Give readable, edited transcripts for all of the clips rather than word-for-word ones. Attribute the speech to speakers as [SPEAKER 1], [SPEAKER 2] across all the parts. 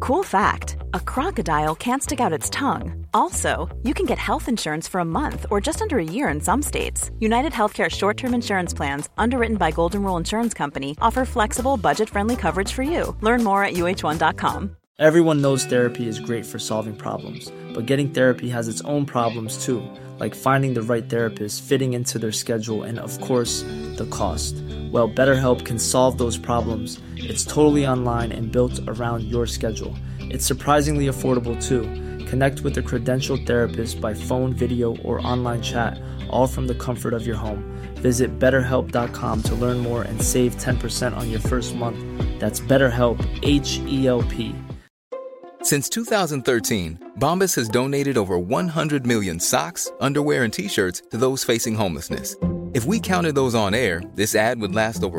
[SPEAKER 1] Cool fact, a crocodile can't stick out its tongue. Also, you can get health insurance for a month or just under a year in some states. United Healthcare short-term insurance plans, underwritten by Golden Rule Insurance Company, offer flexible, budget-friendly coverage for you. Learn more at uh1.com.
[SPEAKER 2] Everyone knows therapy is great for solving problems, but getting therapy has its own problems too, like finding the right therapist, fitting into their schedule, and of course, the cost. Well, BetterHelp can solve those problems. It's totally online and built around your schedule. It's surprisingly affordable too. Connect with a credentialed therapist by phone, video, or online chat, all from the comfort of your home. Visit BetterHelp.com to learn more and save 10% on your first month. That's BetterHelp, H-E-L-P.
[SPEAKER 3] Since 2013, Bombas has donated over 100 million socks, underwear, and T-shirts to those facing homelessness. If we counted those on air, this ad would last over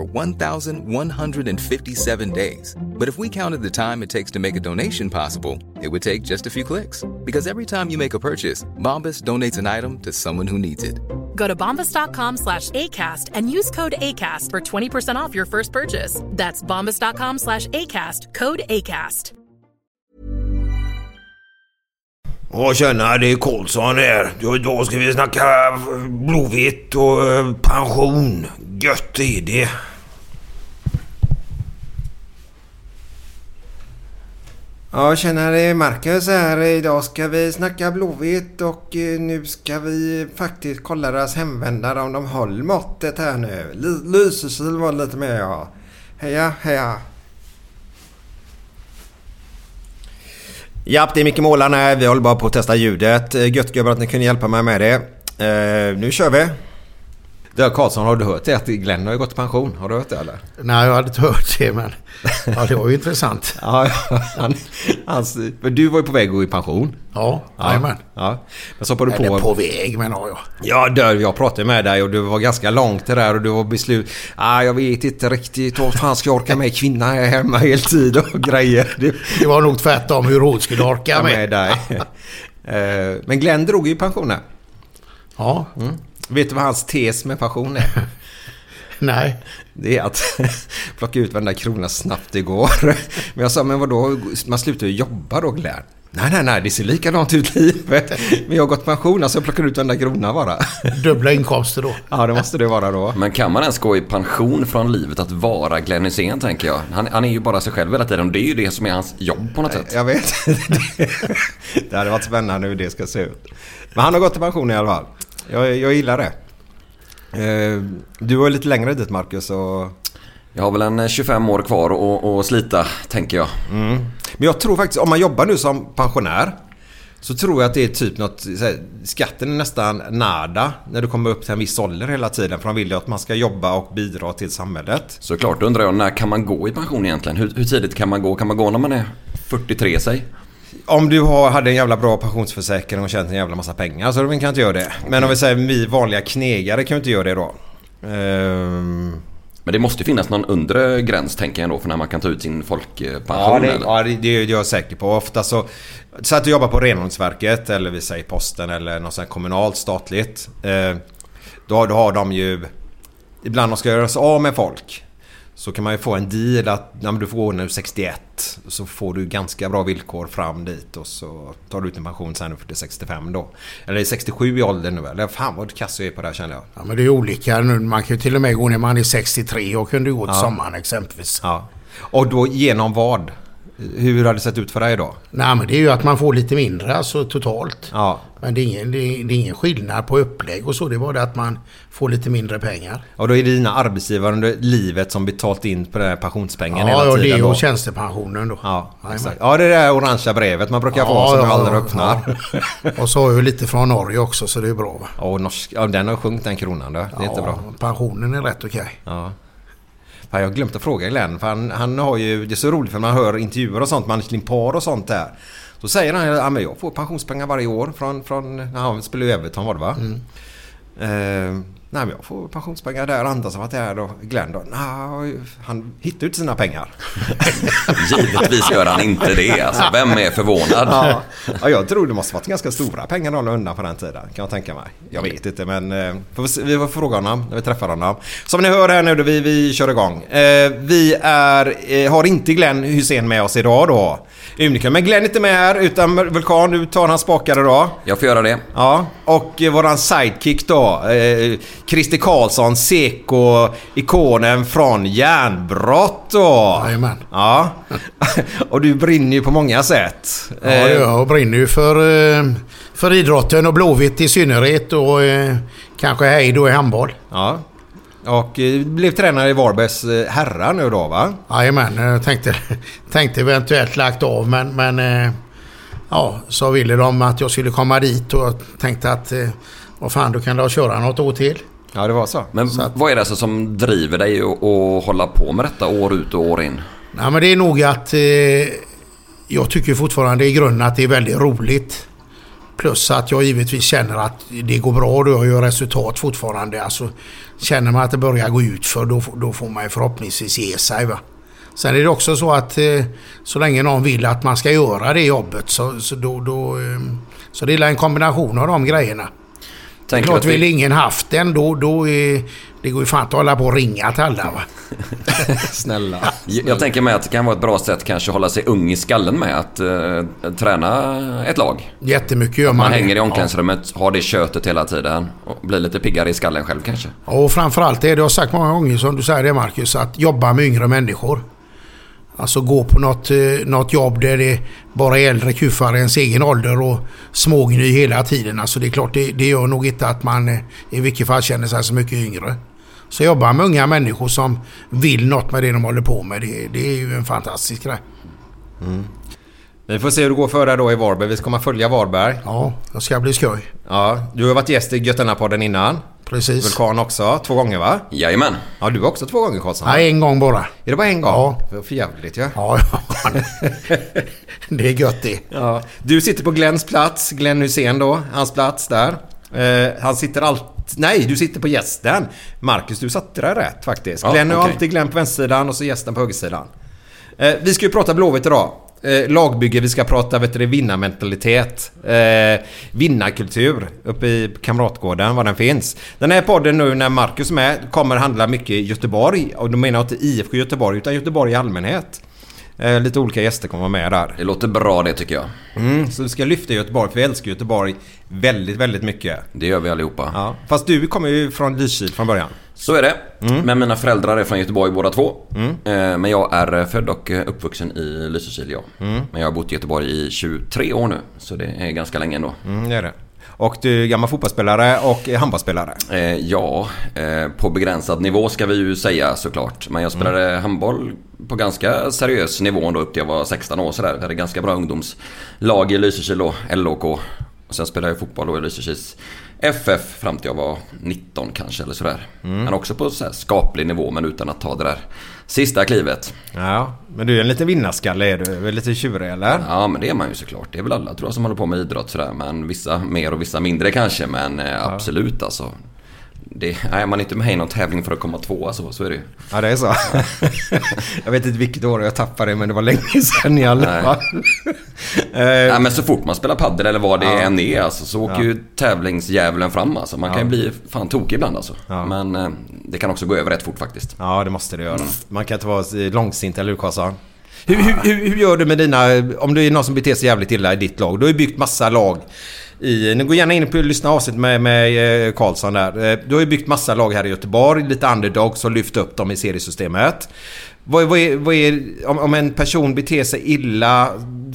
[SPEAKER 3] 1,157 days. But if we counted the time it takes to make a donation possible, it would take just a few clicks. Because every time you make a purchase, Bombas donates an item to someone who needs it.
[SPEAKER 4] Go to bombas.com/ACAST and use code ACAST for 20% off your first purchase. That's bombas.com/ACAST, code ACAST.
[SPEAKER 5] Och tjena, det är Karlsson här. Då ska vi snacka Blåvitt och pension. Gött är det. Ja, tjena, det är Marcus här. Idag ska vi snacka Blåvitt och nu ska vi faktiskt kolla deras hemvändare om de håller måttet här nu. Lysekil var lite med, ja. Heja. Japp, det är Micke Målan här. Vi håller bara på att testa ljudet. Gött att ni kunde hjälpa mig med det. Nu kör vi. Karlsson, har du hört det att Glenn har gått i pension? Har du hört det eller?
[SPEAKER 6] Nej, jag hade inte hört det, men ja, det var ju intressant.
[SPEAKER 5] Ja, du var ju på väg att gå i pension.
[SPEAKER 6] Ja.
[SPEAKER 5] Men så på du
[SPEAKER 6] eller på väg, men ja.
[SPEAKER 5] Ja, jag pratade med dig och du var ganska långt det där och du var beslut. Jag vet inte riktigt vad fan ska jag orka med kvinna här hemma hela tiden och grejer.
[SPEAKER 6] Det var nog tvärtom hur hon skulle orka med
[SPEAKER 5] dig. Men Glenn drog ju i pensionen.
[SPEAKER 6] Ja.
[SPEAKER 5] Vet du vad hans tes med passion är?
[SPEAKER 6] Nej.
[SPEAKER 5] Det är att plocka ut varenda krona snabbt det går. Men jag sa, men vadå? Man slutar ju jobba då, Glenn. Nej, det ser likadant ut livet. Men jag har gått pension, alltså jag plockar ut varenda krona bara.
[SPEAKER 6] Dubbla inkomster då.
[SPEAKER 5] Ja, det måste det vara då.
[SPEAKER 7] Men kan man ens gå i pension från livet att vara Glenn Hysén, tänker jag? Han är ju bara sig själv hela tiden. Det är ju det som är hans jobb på något sätt.
[SPEAKER 5] Jag vet. Det hade varit spännande hur det ska se ut. Men han har gått i pension i alla fall. Jag gillar det. Du var lite längre dit, Marcus. Och...
[SPEAKER 7] Jag har väl en 25 år kvar och slita, tänker jag.
[SPEAKER 5] Men jag tror faktiskt, om man jobbar nu som pensionär, så tror jag att det är typ något, såhär, skatten är nästan nada när du kommer upp till en viss ålder hela tiden. För de vill ju att man ska jobba och bidra till samhället.
[SPEAKER 7] Såklart, undrar jag, när kan man gå i pension egentligen? Hur tidigt kan man gå? Kan man gå när man är 43 sig?
[SPEAKER 5] Om du hade en jävla bra pensionsförsäkring och tjänat en jävla massa pengar, så kan inte göra det. Men om vi säger vi vanliga knegare kan ju inte göra det då.
[SPEAKER 7] Men det måste finnas någon undre gräns, tänker jag ändå, för när man kan ta ut sin folkpension.
[SPEAKER 5] Det är jag säker på. Ofta så att du jobbar på Renhållningsverket eller vi säger posten eller något sånt kommunalt, statligt. Då har de ju, ibland de ska göra sig av med folk. Så kan man ju få en deal att när du får gå nu 61 så får du ganska bra villkor fram dit och så tar du ut en pension sen för 65 då. Eller 67 i åldern nu, eller fan vad kass är på det här, känner jag.
[SPEAKER 6] Ja, men det är olika nu. Man kan ju till och med gå när man är 63 och kunde gå till sommaren exempelvis.
[SPEAKER 5] Ja. Och då genom vad? Hur har det sett ut för dig då?
[SPEAKER 6] Nej, men det är ju att man får lite mindre, alltså totalt.
[SPEAKER 5] Ja.
[SPEAKER 6] Men det är ingen skillnad på upplägg och så. Det är bara det att man får lite mindre pengar.
[SPEAKER 5] Och då är det dina arbetsgivare under livet som betalt in på den här pensionspengen hela
[SPEAKER 6] tiden.
[SPEAKER 5] Ja,
[SPEAKER 6] det är ju tjänstepensionen då.
[SPEAKER 5] Ja, exakt. Ja, det är det där orangea brevet man brukar få som jag aldrig öppnar.
[SPEAKER 6] Ja. Och så har jag ju lite från Norge också, så det är bra, va?
[SPEAKER 5] Ja, den har sjunkit den kronan då. Det är inte bra.
[SPEAKER 6] Pensionen är rätt okej.
[SPEAKER 5] Ja. Jag har glömt att fråga Glenn, för han har ju, det är så roligt för man hör intervjuer och sånt, man par och sånt där. Så säger han, men jag får pensionspengar varje år från när han spelar i Everton, var det va? Nej, men jag får pensionspengar där, andra som varit där och Glenn då, han hittar ut sina pengar.
[SPEAKER 7] Givetvis gör han inte det, alltså. Vem är förvånad?
[SPEAKER 5] Ja, jag tror det måste varit ganska stora pengar de undan på den tiden, kan jag tänka mig. Jag vet inte, men vi får fråga honom när vi träffar honom. Som ni hör här nu då, vi kör igång. Vi har inte Glenn Hysén med oss idag då. Unika. Men Glenn är inte med här utan Vulkan, du tar hans spakare då.
[SPEAKER 7] Jag får göra det.
[SPEAKER 5] Ja, och våran sidekick då, Christer Karlsson, Seko-ikonen från Järnbrott då.
[SPEAKER 6] Jajamän.
[SPEAKER 5] Ja, och du brinner ju på många sätt.
[SPEAKER 6] Ja, jag brinner ju för idrotten och Blåvitt i synnerhet och kanske hej då i handboll.
[SPEAKER 5] Ja, och blev tränare i Varbergs herrar nu då, va?
[SPEAKER 6] Jajamän, jag tänkte eventuellt lagt av men ja, så ville de att jag skulle komma dit och jag tänkte att vad fan, då kan jag köra något år till.
[SPEAKER 5] Ja, det var så.
[SPEAKER 7] Men vad är det alltså som driver dig att hålla på med detta år ut och år in?
[SPEAKER 6] Nej, men det är nog att jag tycker fortfarande i grunden att det är väldigt roligt. Plus att jag givetvis känner att det går bra och jag gör resultat fortfarande. Alltså, känner man att det börjar gå ut för då får man förhoppningsvis ge sig, va. Sen är det också så att så länge någon vill att man ska göra det jobbet så det är en kombination av de grejerna.
[SPEAKER 7] Tänker
[SPEAKER 6] klart
[SPEAKER 7] att
[SPEAKER 6] vill ingen haft den då är det går ju fan att hålla på och ringa till alla, va.
[SPEAKER 5] Snälla.
[SPEAKER 7] Jag tänker mig att det kan vara ett bra sätt kanske hålla sig ung i skallen med att träna ett lag.
[SPEAKER 6] Jättemycket gör
[SPEAKER 7] man hänger i omklädningsrummet, har det köttet hela tiden och blir lite piggare i skallen själv kanske.
[SPEAKER 6] Och framförallt är det, jag har sagt många gånger som du säger det, Marcus, att jobba med yngre människor. Alltså gå på något jobb där det bara är äldre kuffar ens egen ålder och smågny hela tiden. Alltså det är klart, det gör nog inte att man i vilket fall känner sig så mycket yngre. Så jobba med unga människor som vill något med det de håller på med. Det är ju en fantastisk grej.
[SPEAKER 5] Mm. Vi får se hur det går för dig då i Varberg. Vi ska komma följa Varberg.
[SPEAKER 6] Ja, det ska bli skoj.
[SPEAKER 5] Ja, du har varit gäst i Götterna-podden innan.
[SPEAKER 6] Precis.
[SPEAKER 5] Vulkan också, 2 gånger, va?
[SPEAKER 7] Jajamän.
[SPEAKER 5] Ja, du var också 2 gånger, Karlsson.
[SPEAKER 6] Nej, en gång bara.
[SPEAKER 5] Är det bara en gång?
[SPEAKER 6] Ja.
[SPEAKER 5] Det var för jävligt, ja.
[SPEAKER 6] Ja. Det är gött det.
[SPEAKER 5] Ja. Du sitter på Glenns plats, Glenn Hussein då, hans plats där. Han sitter Nej, du sitter på gästen. Marcus, du satte det rätt faktiskt. Ja, Glenn är alltid Glenn på vänstersidan och så gästen på högersidan. Vi ska ju prata Blåvitt idag. Lagbygge, vi ska prata vinnarmentalitet, vinnarkultur uppe i Kamratgården, var den finns. Den här podden nu när Marcus är med kommer handla mycket Göteborg, och då menar jag inte IFK Göteborg utan Göteborg i allmänhet. Lite olika gäster kommer med där.
[SPEAKER 7] Det låter bra det tycker jag.
[SPEAKER 5] Så vi ska lyfta Göteborg, för vi älskar Göteborg väldigt, väldigt mycket.
[SPEAKER 7] Det gör vi allihopa.
[SPEAKER 5] Ja. Fast du kommer ju från Lysekil från början.
[SPEAKER 7] Så är det. Men mina föräldrar är från Göteborg båda två. Men jag är född och uppvuxen i Lysekil, ja. Men jag har bott i Göteborg i 23 år nu. Så det är ganska länge ändå.
[SPEAKER 5] Det är det. Och du är gammal fotbollsspelare och handbollsspelare?
[SPEAKER 7] På begränsad nivå ska vi ju säga såklart. Men jag spelade handboll på ganska seriös nivå då upp till jag var 16 år sådär. Jag hade ganska bra ungdomslag i Lysekil och LOK. Och sen spelade jag fotboll då i Lysekils FF fram till jag var 19 kanske eller sådär. Men också på så här skaplig nivå, men utan att ta det där sista klivet.
[SPEAKER 5] Ja, men du är en liten vinnarskalle, är du? Lite tjurig eller?
[SPEAKER 7] Ja, men det är man ju såklart. Det är väl alla tror jag som håller på med idrott sådär. Men vissa mer och vissa mindre kanske. Men absolut alltså. Är man inte med i någon tävling för att komma 2 så är det ju.
[SPEAKER 5] Ja, det är så. Jag vet inte vilket år jag tappade det, men det var länge sedan i alla fall.
[SPEAKER 7] Nej, men så fort man spelar paddel eller vad det än är alltså, så åker ju tävlingsdjävulen fram alltså. Man kan ju bli fan tokig ibland alltså. Men det kan också gå över rätt fort faktiskt. Ja, det måste det göra. Man kan inte vara långsint, eller hur, Karlsson? Hur gör du med dina, om du är någon som beter sig jävligt illa i ditt lag? Du har ju byggt massa lag ni går gärna in på att lyssna avsnitt med Karlsson där. Du har ju byggt massa lag här i Göteborg, lite underdogs, och lyft upp dem i seriesystemet. Vad är om en person beter sig illa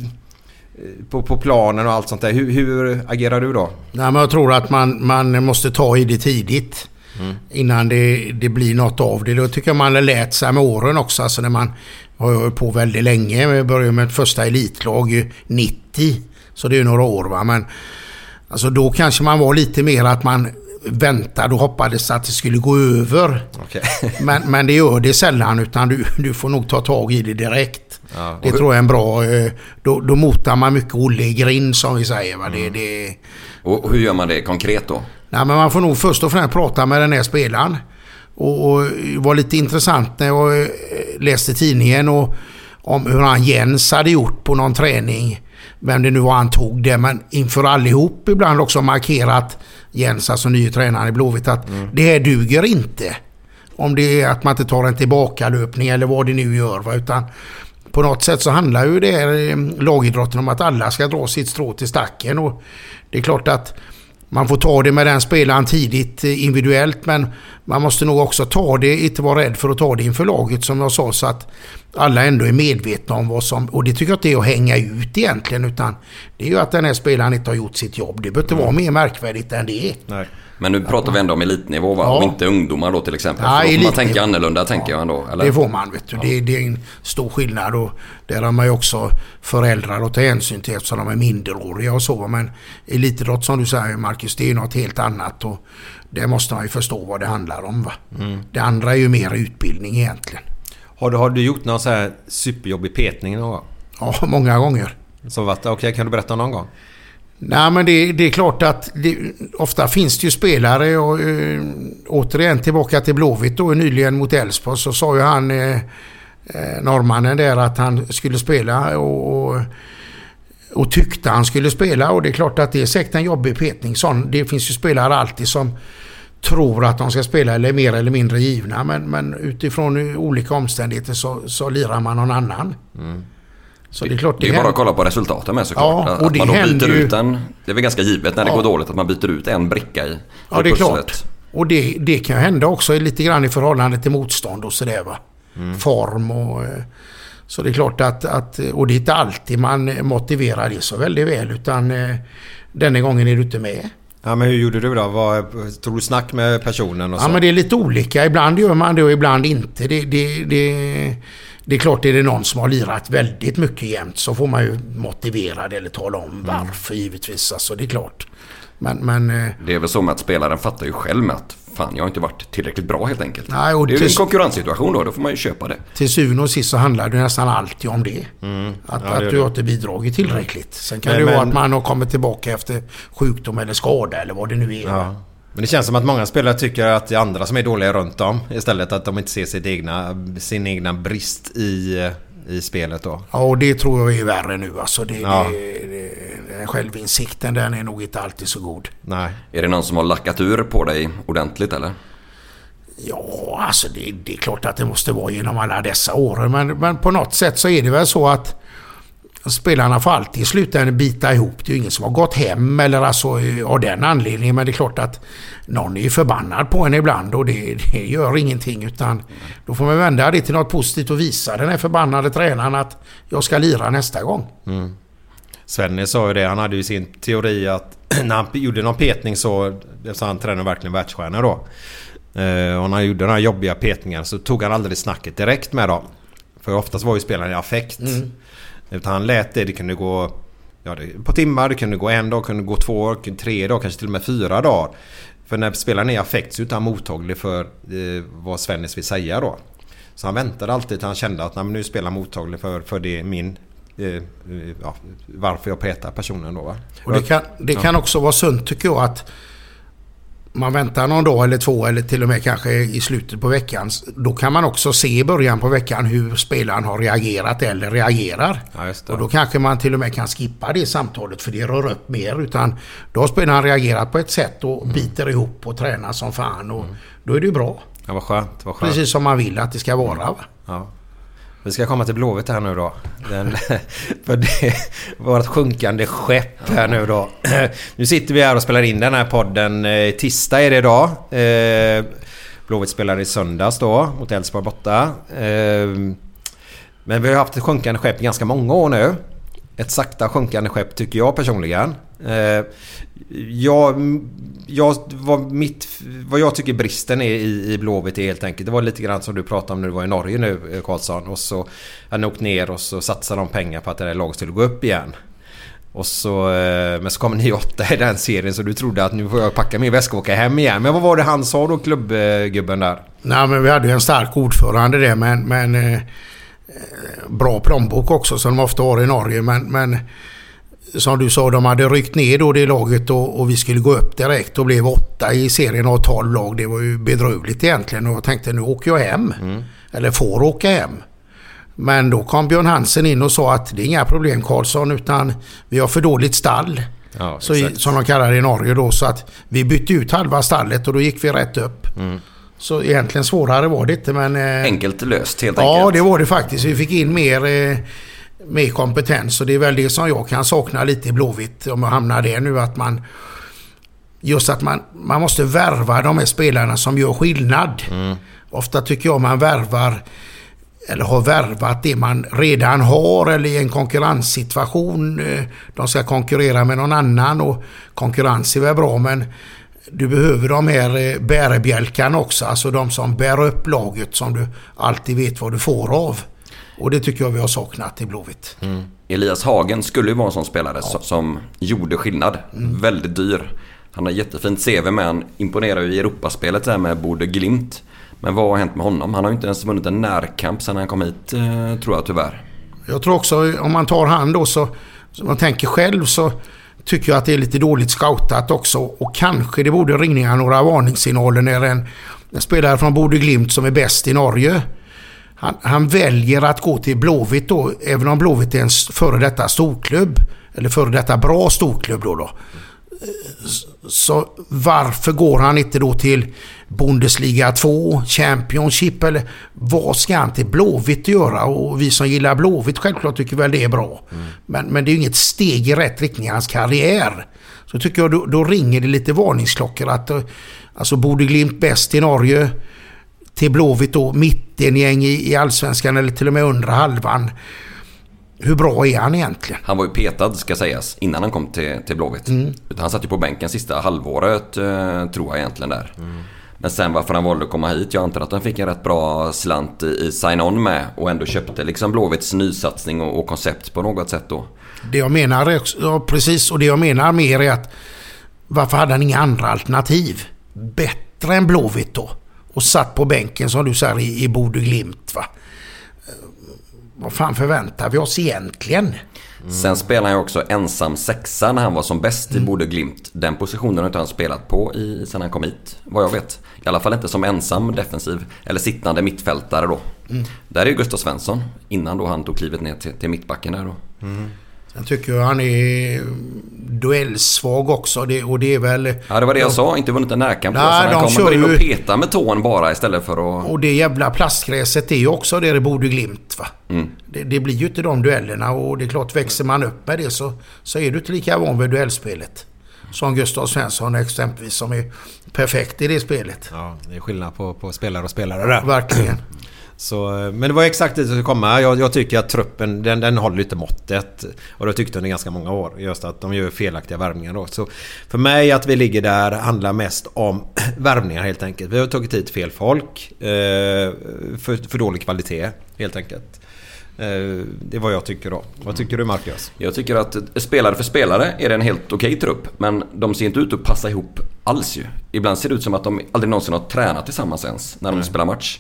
[SPEAKER 7] på planen och allt sånt där, hur agerar du då? Nej, men jag tror att man måste ta i det tidigt. Innan det blir något av det. Då tycker jag man har lärt sig med åren också. Alltså när man har på väldigt länge. Vi började med ett första elitlag 90. Så det är några år, va. Men alltså då kanske man var lite mer att man väntade och hoppades att det skulle gå över. Okay. men det gör det sällan, utan du får nog ta tag i det direkt. Ja, det tror jag är en bra... Då motar man mycket Olle i grind, som vi säger. Va? Och hur gör man det konkret då? Nej, men man får nog först och främst prata med den här spelaren. Och det var lite intressant när jag läste tidningen och om hur han Jens hade gjort på någon träning. Vem det nu var han tog det, men inför allihop ibland också markerat Jens, alltså nye tränaren i Blåvitt, att det här duger inte. Om det är att man inte tar en tillbakalöpning eller vad det nu gör, va? Utan
[SPEAKER 6] på något sätt så handlar ju det här lagidrotten om att alla ska dra sitt strå till stacken, och det är klart att man får ta det med den spelaren tidigt individuellt, men man måste nog också ta det, inte vara rädd för att ta det inför laget som jag sa, så att alla ändå är medvetna om vad som, och det tycker jag inte är att hänga ut egentligen, utan det är ju att den här spelaren inte har gjort sitt jobb. Det behöver inte vara mer märkvärdigt än det är.
[SPEAKER 5] Nej.
[SPEAKER 7] Men nu pratar vi ändå om elitnivå, va? Ja. Och inte ungdomar då till exempel.
[SPEAKER 6] Ja,
[SPEAKER 7] för då får man tänka annorlunda, tänker jag ändå. Eller?
[SPEAKER 6] Det får man, vet du. Ja. Det är en stor skillnad, och där har man ju också föräldrar att ta hänsyn till eftersom de är minderåriga och så. Men elitidrott, som du säger Marcus, det är något helt annat, och det måste man ju förstå vad det handlar om, va? Det andra är ju mer utbildning egentligen.
[SPEAKER 5] Har du gjort någon så här superjobbig petning någon gång?
[SPEAKER 6] Ja, många gånger.
[SPEAKER 5] Så vad, okej, kan du berätta någon gång?
[SPEAKER 6] Nej, men det är klart att ofta finns det ju spelare, och återigen tillbaka till Blåvitt då, nyligen mot Elfsborg, så sa ju han norrmannen där att han skulle spela och tyckte han skulle spela, och det är klart att det är säkert en jobbig petning. Det finns ju spelare alltid som tror att de ska spela eller mer eller mindre givna, men utifrån olika omständigheter så lirar man någon annan. Så det är klart,
[SPEAKER 7] det är bara att kolla på resultaten med, såklart.
[SPEAKER 6] Ja, och
[SPEAKER 7] att
[SPEAKER 6] det
[SPEAKER 7] man då byter
[SPEAKER 6] ju
[SPEAKER 7] ut en, det är väl ganska givet när det går dåligt att man byter ut en bricka i
[SPEAKER 6] ja, det är klart. Och det kan hända också lite grann i förhållande till motstånd och sådär, va. Form och så det är klart att och det är inte alltid man motiverar det så väldigt väl, utan denna gången är du inte med.
[SPEAKER 5] Ja, men hur gjorde du då? Tog du snack med personen och så?
[SPEAKER 6] Ja, men det är lite olika. Ibland gör man det och ibland inte. Det är klart, är det någon som har lirat väldigt mycket jämt så får man ju motivera det eller tala om varför, givetvis. Alltså, det är klart. Men
[SPEAKER 7] det är väl så med att spelaren fattar ju själv med att fan, jag har inte varit tillräckligt bra helt enkelt.
[SPEAKER 6] Nej, och
[SPEAKER 7] det är ju en konkurrenssituation då får man ju köpa det.
[SPEAKER 6] Till syvende och sist så handlar det nästan alltid om det. Att du har inte bidragit tillräckligt. Sen kan det vara att man har kommit tillbaka efter sjukdom eller skada eller vad det nu är.
[SPEAKER 5] Ja. Men det känns som att många spelare tycker att det är andra som är dåliga runt om, istället att de inte ser sin egna brist i spelet då.
[SPEAKER 6] Ja, och det tror jag är värre nu. Alltså den självinsikten, den är nog inte alltid så god.
[SPEAKER 5] Nej.
[SPEAKER 7] Är det någon som har lackat ur på dig ordentligt, eller?
[SPEAKER 6] Ja, alltså det är klart att det måste vara genom alla dessa år. Men på något sätt så är det väl så att spelarna får alltid i slutändan bita ihop. Det är ju ingen som har gått hem eller alltså av den anledningen, men det är klart att någon är förbannad på en ibland, och det gör ingenting, utan då får man vända det till något positivt och visa den här förbannade tränaren att jag ska lira nästa gång.
[SPEAKER 5] Svenne sa ju det, han hade ju sin teori att när han gjorde någon petning så han tränar verkligen världsstjärna då. Och när han gjorde den här jobbiga petningen så tog han aldrig snacket direkt med dem. För oftast var ju spelaren i affekt. Utan han lät det kunde gå på timmar, det kunde gå en dag, kunde gå 2 år, 3 dagar, kanske till och med 4 dagar. För när spelaren är i affekt så är han mottaglig för vad Svennis vill säga då. Så han väntade alltid till han kände att nu spelar mottaglig för det varför jag petar personen då, va?
[SPEAKER 6] Och det kan också vara sunt, tycker jag, att man väntar någon dag eller 2 eller till och med kanske i slutet på veckan. Då kan man också se i början på veckan hur spelaren har reagerat eller reagerar.
[SPEAKER 5] Ja, just det.
[SPEAKER 6] Och då kanske man till och med kan skippa det samtalet, för det rör upp mer, utan då har spelaren reagerat på ett sätt och biter ihop och tränar som fan, och då är det ju bra.
[SPEAKER 5] Ja, vad skönt.
[SPEAKER 6] Precis som man vill att det ska vara, va?
[SPEAKER 5] Ja. Vi ska komma till Blåvitt här nu då. För det var ett sjunkande skepp här nu då. Nu sitter vi här och spelar in den här podden. Tisdag är det idag. Blåvitt spelar i söndags då mot Elfsborg borta. Men vi har haft ett sjunkande skepp i ganska många år nu. Ett sakta sjunkande skepp tycker jag personligen. Vad jag tycker bristen är i Blåvitt är helt enkelt, det var lite grann som du pratade om när du var i Norge nu, Karlsson, och så hade åkt ner och så satsade de pengar på att det där laget skulle gå upp igen. Och så, men så kom ni 8 i den serien, så du trodde att nu får jag packa min väska och åka hem igen. Men vad var det han sa då, klubbgubben där? Nej,
[SPEAKER 6] men vi hade ju en stark ordförande där, men bra plånbok också som de ofta har i Norge, men som du sa, de hade ryckt ner då det laget och vi skulle gå upp direkt och blev 8 i serien av 12 lag. Det var ju bedrövligt egentligen, och jag tänkte nu åker jag hem eller får åka hem. Men då kom Björn Hansen in och sa att det är inga problem, Karlsson, utan vi har för dåligt stall.
[SPEAKER 5] Ja,
[SPEAKER 6] som de kallar det i Norge då, så att vi bytte ut halva stallet och då gick vi rätt upp. Så egentligen svårare var det inte, men...
[SPEAKER 7] Enkelt löst helt enkelt.
[SPEAKER 6] Ja, det var det faktiskt. Vi fick in mer kompetens, och det är väl det som jag kan sakna lite i Blåvitt om jag hamnar där nu, att man måste värva de här spelarna som gör skillnad. Ofta tycker jag man värvar eller har värvat det man redan har, eller i en konkurrenssituation de ska konkurrera med någon annan, och konkurrens är väl bra, men du behöver de här bärebjälkarna också, alltså de som bär upp laget, som du alltid vet vad du får av. Och det tycker jag vi har saknat i Blåvitt.
[SPEAKER 7] Elias Hagen skulle ju vara en sån spelare som gjorde skillnad. Väldigt dyr. Han har jättefint CV med. Han imponerar ju i Europaspelet där med Bode Glimt. Men vad har hänt med honom? Han har ju inte ens vunnit en närkamp sedan han kom hit, tror jag tyvärr. Jag
[SPEAKER 6] tror också, om man tar han då, så man tänker själv, så tycker jag att det är lite dåligt scoutat också. Och kanske det borde ringa några varningssignaler när en spelare från Bode Glimt som är bäst i Norge, han väljer att gå till Blåvitt då, även om Blåvitt är en före detta storklubb, eller före detta bra storklubb då. Så varför går han inte då till Bundesliga 2, Championship, eller vad ska han till Blåvitt göra? Och vi som gillar Blåvitt självklart tycker väl det är bra. Men det är ju inget steg i rätt riktning i hans karriär. Så tycker jag då ringer det lite varningsklockor att alltså Bode Glimt bäst i Norge, till Blåvitt då mittengäng i allsvenskan, eller till och med undre halvan. Hur bra är han egentligen?
[SPEAKER 7] Han var ju petad, ska sägas, innan han kom till Blåvitt. Han satt ju på bänken sista halvåret, tror jag egentligen där. Men sen varför han valde att komma hit, jag antar att han fick en rätt bra slant i sign-on med, och ändå köpte liksom Blåvitts nysatsning och koncept på något sätt då.
[SPEAKER 6] Det jag menar, ja, precis, och det jag menar mer är att varför hade han inga andra alternativ bättre än Blåvitt då, och satt på bänken som du säger i Bode Glimt, va? Vad fan förväntar vi oss egentligen?
[SPEAKER 7] Sen spelade han ju också ensam sexa när han var som bäst i Bode Glimt. Den positionen har inte han spelat på sen han kom hit, vad jag vet. I alla fall inte som ensam defensiv eller sittande mittfältare då. Där är ju Gustav Svensson, innan då han tog klivet ner till mittbacken där då.
[SPEAKER 6] Jag tycker han är duellsvag också, och det är väl...
[SPEAKER 7] Ja, det var det jag sa, inte vunnit en närkamp. Han kommer in och peta med tån bara istället för att...
[SPEAKER 6] Och det jävla plastgräset är ju också där i Bode Glimt, va? Det blir ju inte de duellerna, och det är klart, växer man upp med det så är du inte lika van vid duellspelet som Gustav Svensson exempelvis, som är perfekt i det spelet.
[SPEAKER 5] Ja, det är skillnad på spelare och spelare där.
[SPEAKER 6] Verkligen.
[SPEAKER 5] Så, men det var exakt det som skulle komma. Jag tycker att truppen den håller lite måttet, och det tyckte under ganska många år, just att de gör felaktiga värvningar då. Så för mig att vi ligger där handlar mest om värvningar helt enkelt. Vi har tagit hit fel folk, för dålig kvalitet helt enkelt. Det är vad jag tycker då. Vad tycker du, Marcus?
[SPEAKER 7] Jag tycker att spelare för spelare är det en helt okej trupp, men de ser inte ut att passa ihop alls ju. Ibland ser det ut som att de aldrig någonsin har tränat tillsammans ens när de spelar match.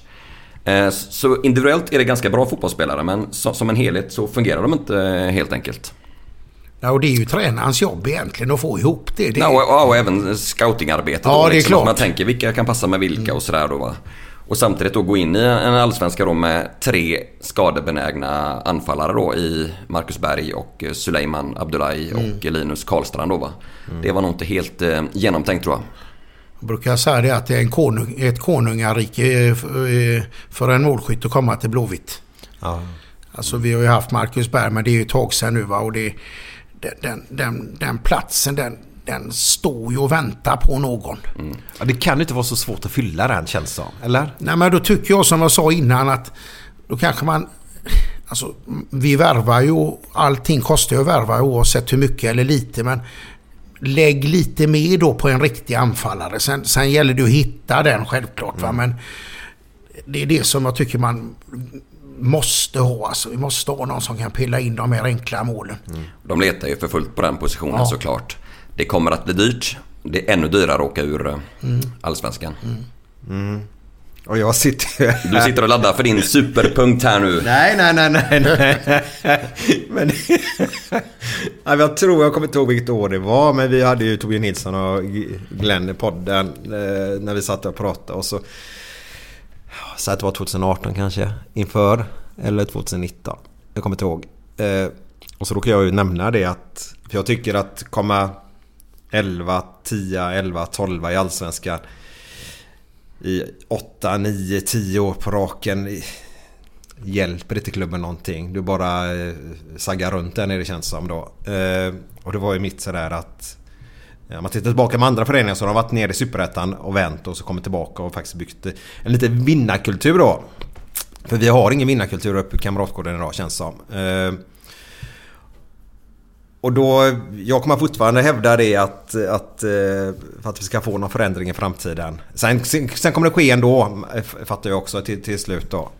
[SPEAKER 7] Så individuellt är det ganska bra fotbollsspelare, men som en helhet så fungerar de inte helt enkelt.
[SPEAKER 6] Ja, och det är ju tränarens jobb egentligen att få ihop det.
[SPEAKER 7] Ja, och även scoutingarbetet.
[SPEAKER 6] Ja, det är klart.
[SPEAKER 7] Man tänker vilka kan passa med vilka och sådär då, va? Och samtidigt då gå in i en allsvenska då med 3 skadebenägna anfallare då i Marcus Berg och Suleiman Abdullahi och Linus Karlstrand då, va? Det var nog inte helt genomtänkt, tror jag.
[SPEAKER 6] Jag brukar säga det att det är ett konungarike för en målskytt att komma till Blåvitt. Ja. Alltså vi har ju haft Marcus Berg, men det är ju ett tag sedan nu, va? Och den platsen, den står ju och väntar på någon.
[SPEAKER 5] Ja, det kan inte vara så svårt att fylla den, känns som, eller?
[SPEAKER 6] Nej, men då tycker jag, som jag sa innan, att då kanske man... Alltså, vi värvar ju, allting kostar ju att värva oavsett hur mycket eller lite, men lägg lite mer då på en riktig anfallare. Sen gäller det att hitta den, självklart, va? Men det är det som jag tycker man måste ha. Alltså, vi måste ha någon som kan pilla in de här enkla målen.
[SPEAKER 7] De letar ju för fullt på den positionen, såklart. Det kommer att bli dyrt. Det är ännu dyrare att åka ur allsvenskan.
[SPEAKER 5] Och jag sitter...
[SPEAKER 7] Du sitter och laddar för din superpunkt här nu.
[SPEAKER 5] Nej. Men jag tror, jag kommer inte ihåg vilket år det var, men vi hade ju Torbjörn Nilsson och Glenn i podden när vi satt och pratade, och så att det var 2018 kanske inför, eller 2019. Jag kommer inte ihåg. Och så råkade jag ju nämna det, att för jag tycker att komma 11, 10, 11, 12 i allsvenskan, i 8, 9, 10 år på raken. Hjälper inte klubben någonting. Du bara saggar runt där nere, det känns som då. Och det var ju mitt sådär att man tittar tillbaka med andra föreningar så har de varit nere i Superettan och vänt och så kommer tillbaka och faktiskt byggt en liten vinnarkultur då. För vi har ingen vinnarkultur uppe i Kamratgården idag, känns som. Och då, jag kommer fortfarande hävda det att för att vi ska få någon förändring i framtiden. Sen kommer det ske ändå, fattar jag också till slut då.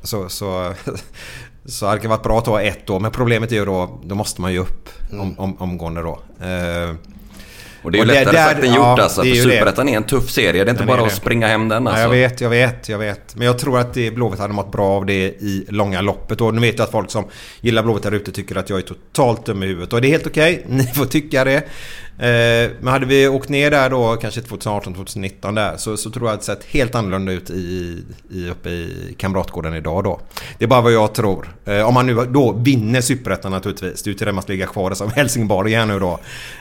[SPEAKER 5] Så hade det varit bra att ta 1 år, men problemet är ju då måste man ju upp omgående då.
[SPEAKER 7] Och det är ju lättare sagt än gjort alltså. För Superettan är en tuff serie. Det är inte bara att springa hem den alltså.
[SPEAKER 5] Ja, jag vet. Men jag tror att Blåvitt hade mått bra av det i långa loppet. Och nu vet jag att folk som gillar Blåvitt där ute tycker att jag är totalt dum i huvudet. Och det är helt okej. Ni får tycka det. Men hade vi åkt ner där då, kanske 2018-2019 där, så tror jag att det sett helt annorlunda ut uppe i Kamratgården idag då. Det är bara vad jag tror. Om man nu då vinner Superettan naturligtvis. Det är ju till det man ska ligga kvar som Helsingborg igen nu då.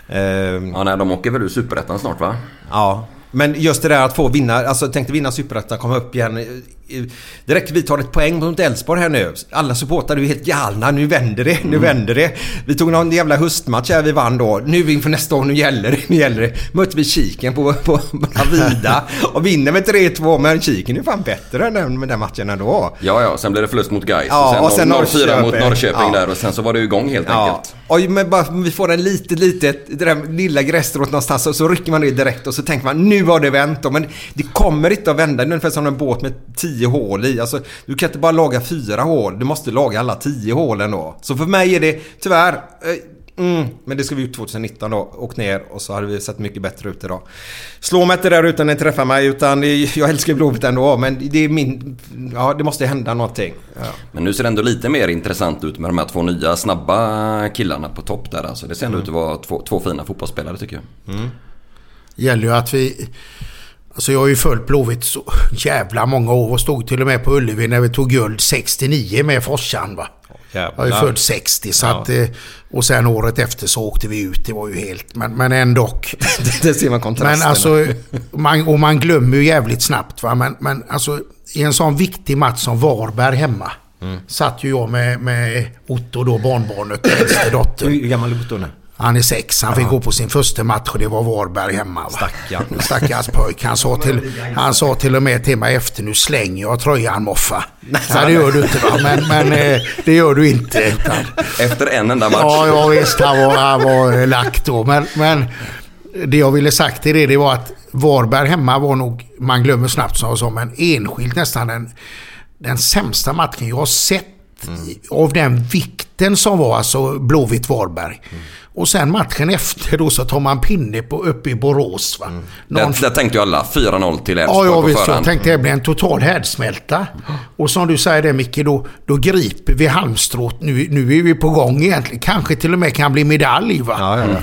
[SPEAKER 7] Ja, nej, de åker väl ur Superettan snart, va?
[SPEAKER 5] Ja. Men just det där att få vinna, alltså tänkte vinna Superettan, komma upp igen. Direkt vi tar ett poäng mot Elfsborg här nu. Alla supportrar är ju helt galna. Nu vänder det. Vi tog någon jävla höstmatch här vi vann då. Nu inför nästa år, nu gäller det. Mötte vi Kiken på Vida och vinner med 3-2, men Kiken är fan bättre än med den matchen ändå.
[SPEAKER 7] Ja, sen blev det förlust mot Gais. Ja, och sen 0-4 mot Norrköping där och sen så var det igång helt enkelt.
[SPEAKER 5] Och men bara vi får en litet det där lilla grässtrået någonstans och så rycker man det direkt och så tänker man nu har det vänt. Men det kommer inte att vända. Det är ungefär som en båt med 10 hål i. Alltså, du kan inte bara laga 4 hål. Du måste laga alla 10 hålen då. Så för mig är det tyvärr men det ska vi ut 2019 då. Och ner och så hade vi sett mycket bättre ut idag. Slå mig inte där utan att träffa mig, utan jag älskar Blåvitt ändå. Men det är det måste hända någonting. Ja.
[SPEAKER 7] Men nu ser det ändå lite mer intressant ut med de här 2 nya snabba killarna på topp där. Alltså, det ser ändå ut att vara två fina fotbollsspelare tycker jag.
[SPEAKER 6] Gäller ju att vi... Alltså jag har ju följt Blåvitt så jävla många år och stod till och med på Ullevi när vi tog guld 69 med Forsan, va? Jag har ju följt 60 så att, och sen året efter så åkte vi ut. Det var ju helt, men ändå.
[SPEAKER 5] Det ser man kontrasten.
[SPEAKER 6] Men alltså, man glömmer ju jävligt snabbt, va? Men alltså i en sån viktig match som Varberg hemma satt ju jag med Otto då, barnbarnet, äldste dotter.
[SPEAKER 5] Hur gammal är Otto nu?
[SPEAKER 6] Han är 6, han fick gå på sin första match och det var Varberg hemma. Stackars pojk. Han sa till och med till mig efter, nu slänger jag tröjan, Moffa. Nej, det gör du inte, va? Men det gör du inte. Utan...
[SPEAKER 7] Efter en enda match.
[SPEAKER 6] Ja, visst, han var lagt då. Men det jag ville sagt till det var att Varberg hemma var nog, man glömmer snabbt som en enskild nästan den sämsta matchen jag har sett av den vikten som var alltså Blåvitt Varberg. Och sen matchen efter då så tar man pinne uppe i Borås, va.
[SPEAKER 7] Där tänkte ju alla 4-0 till Elfsborg
[SPEAKER 6] på
[SPEAKER 7] förhand.
[SPEAKER 6] Jag tänkte det blir en total härdsmälta. Och som du säger det, Micke, då griper vi halmstråt. Nu är vi på gång egentligen. Kanske till och med kan bli medalj, va.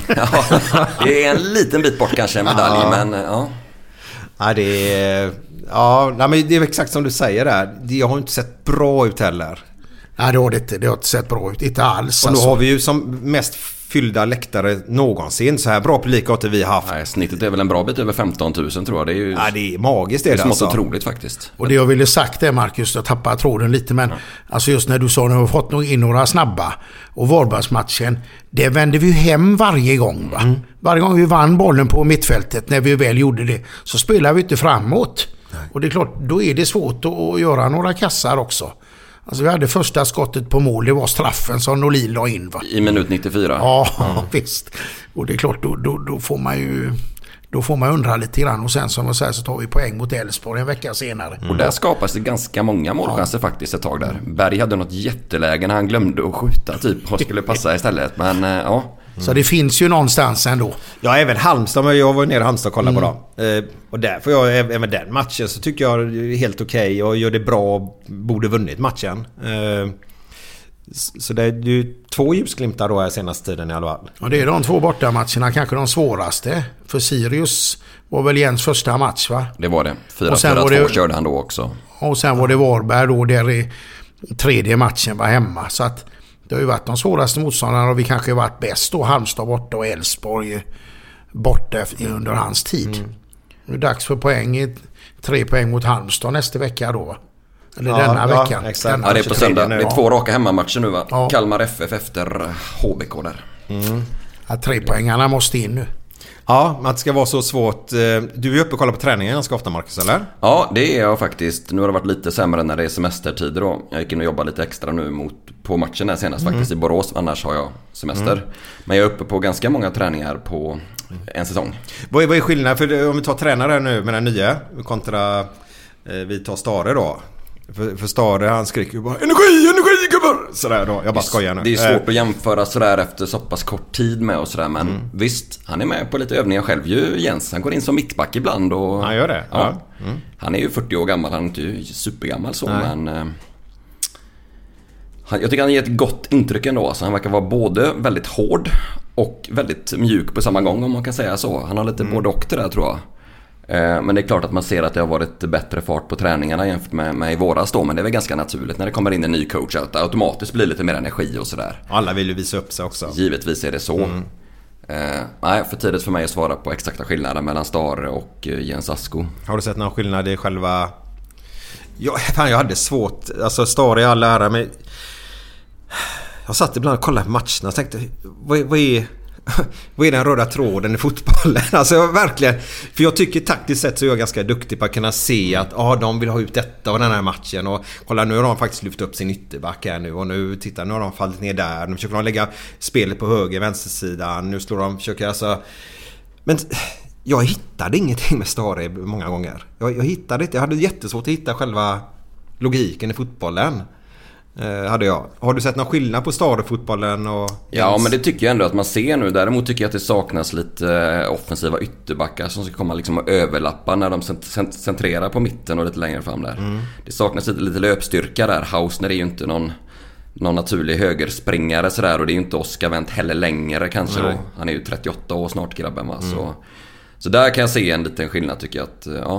[SPEAKER 7] Ja, det är en liten bit bort kanske en medalj, men ja.
[SPEAKER 5] Ja, det är... Ja, men det är exakt som du säger där. Det har inte sett bra ut heller.
[SPEAKER 6] Nej, det har inte sett bra ut. Inte alls.
[SPEAKER 5] Och då har vi ju som mest fyllda läktare någonsin. Så här bra publik har vi haft.
[SPEAKER 7] Nej, snittet är väl en bra bit över 15 000 tror jag. Det är ju...
[SPEAKER 5] Ja, det är magiskt det.
[SPEAKER 7] Det är smått otroligt faktiskt.
[SPEAKER 6] Och det jag ville sagt är, Marcus, jag tappar tråden lite, men alltså just när du sa att vi har fått in några snabba och Varbergsmatchen, det vände vi hem varje gång, va? Varje gång vi vann bollen på mittfältet, när vi väl gjorde det, så spelar vi inte framåt. Nej. Och det är klart, då är det svårt att göra några kassar också. Alltså vi hade första skottet på mål, det var straffen som Norlin la in, va?
[SPEAKER 7] I minut 94.
[SPEAKER 6] Ja, visst. Och det är klart, då får man ju... Då får man undra lite grann, och sen som jag säger så tar vi poäng mot Elfsborg en vecka senare.
[SPEAKER 7] Och där skapas det ganska många målchanser faktiskt ett tag där. Berg hade något jätteläge när han glömde att skjuta typ och skulle passa istället, men ja.
[SPEAKER 6] Så det finns ju någonstans ändå.
[SPEAKER 5] Ja, även Halmstad, men jag var nere i Halmstad och kollade på dem. Och där får jag, även den matchen så tycker jag är helt okej och gör det bra, borde vunnit matchen. Så det är ju 2 ljusglimtar då här senaste tiden i alla fall.
[SPEAKER 6] Ja, det är de 2 bortamatcherna, kanske de svåraste. För Sirius var väl Jens första match, va?
[SPEAKER 7] Det var det. 4-4-2 körde han då också.
[SPEAKER 6] Och sen var det Varberg då, där i 3:e matchen var hemma. Så att det har ju varit de svåraste motståndarna, och vi kanske varit bäst då. Halmstad borta och Elfsborg borta under hans tid. Det är dags för poäng. 3 poäng mot Halmstad nästa vecka då, va? Eller denna veckan.
[SPEAKER 5] Exakt.
[SPEAKER 7] Ja, det är på söndag. Det är 2 raka hemmamatcher nu, va? Ja. Kalmar FF efter HBK där.
[SPEAKER 6] Ja, 3 poängarna måste in nu.
[SPEAKER 5] Ja, att det ska vara så svårt. Du är uppe och kollar på träningen ganska ofta, Marcus, eller?
[SPEAKER 7] Ja, det är jag faktiskt. Nu har det varit lite sämre när det är semestertider då. Jag gick in och jobbade lite extra nu på matchen där senast faktiskt i Borås. Annars har jag semester. Men jag är uppe på ganska många träningar på en säsong.
[SPEAKER 5] Vad är skillnaden? För om vi tar tränare nu med den nya kontra vi tar Stare då. För Stare, han skriker ju bara energi gubbar! Sådär då, jag bara skojar nu.
[SPEAKER 7] Det är svårt att jämföra sådär efter så pass kort tid med och sådär. Men visst, han är med på lite övningar själv ju, Jens. Han går in som mittback ibland och,
[SPEAKER 5] han gör det? Ja.
[SPEAKER 7] Han är ju 40 år gammal, han är inte supergammal så. Men jag tycker han ger ett gott intryck ändå. Så han verkar vara både väldigt hård och väldigt mjuk på samma gång, om man kan säga så. Han har lite både och det där, tror jag. Men det är klart att man ser att det har varit bättre fart på träningarna jämfört med i våras då. Men det är väl ganska naturligt när det kommer in en ny coach att det automatiskt blir lite mer energi och sådär.
[SPEAKER 5] Alla vill ju visa upp sig också.
[SPEAKER 7] Givetvis är det så. Nej, för tidigt för mig att svara på exakta skillnader mellan Stare och Jens Asko. Har
[SPEAKER 5] du sett någon skillnad i själva... Jag hade svårt. Alltså Stare i all ära, men jag satt ibland och kollade på matcherna och tänkte, vad är den röda tråden i fotbollen? Alltså verkligen. För jag tycker taktiskt sett så är jag ganska duktig på att kunna se att de vill ha ut detta och den här matchen. Och kolla, nu har de faktiskt lyft upp sin ytterback här nu. Och nu, titta, nu har de fallit ner där. Nu försöker de lägga spelet på höger, vänstersidan. Nu slår de, försöker alltså... Men jag hittade ingenting med Stare många gånger. Jag hittade inte. Jag hade jättesvårt att hitta själva logiken i fotbollen. Hade jag. Har du sett någon skillnad på Stare-fotbollen?
[SPEAKER 7] Ja, men det tycker jag ändå att man ser nu. Däremot tycker jag att det saknas lite offensiva ytterbackar som ska komma liksom och överlappa när de centrerar på mitten och lite längre fram där. Det saknas lite löpstyrka där. Hausner är ju inte någon naturlig högerspringare sådär, och det är ju inte Oskar Wendt heller längre kanske då. Han är ju 38 år snart, grabben, va? Så där kan jag se en liten skillnad, tycker jag att, ja.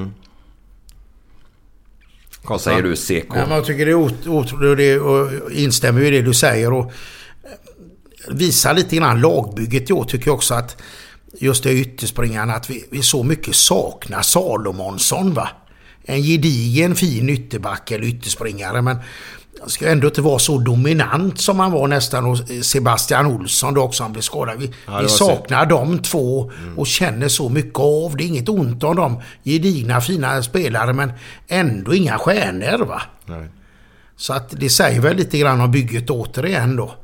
[SPEAKER 7] Vad säger du, CK?
[SPEAKER 6] Ja, jag tycker det är otroligt, och instämmer i det du säger, och visar lite grann lagbygget. Jag tycker också att just det ytterspringarna, att vi så mycket saknar Salomonsson, va? En gedigen fin ytterback eller ytterspringare, men han ska ändå inte vara så dominant som han var nästan, och Sebastian Olsson då också, han blev skadad. Vi saknar de två och känner så mycket av. Det är inget ont om dem. Gedigna, fina spelare, men ändå inga stjärnor, va? Nej. Så att det säger väl lite grann om bygget återigen då.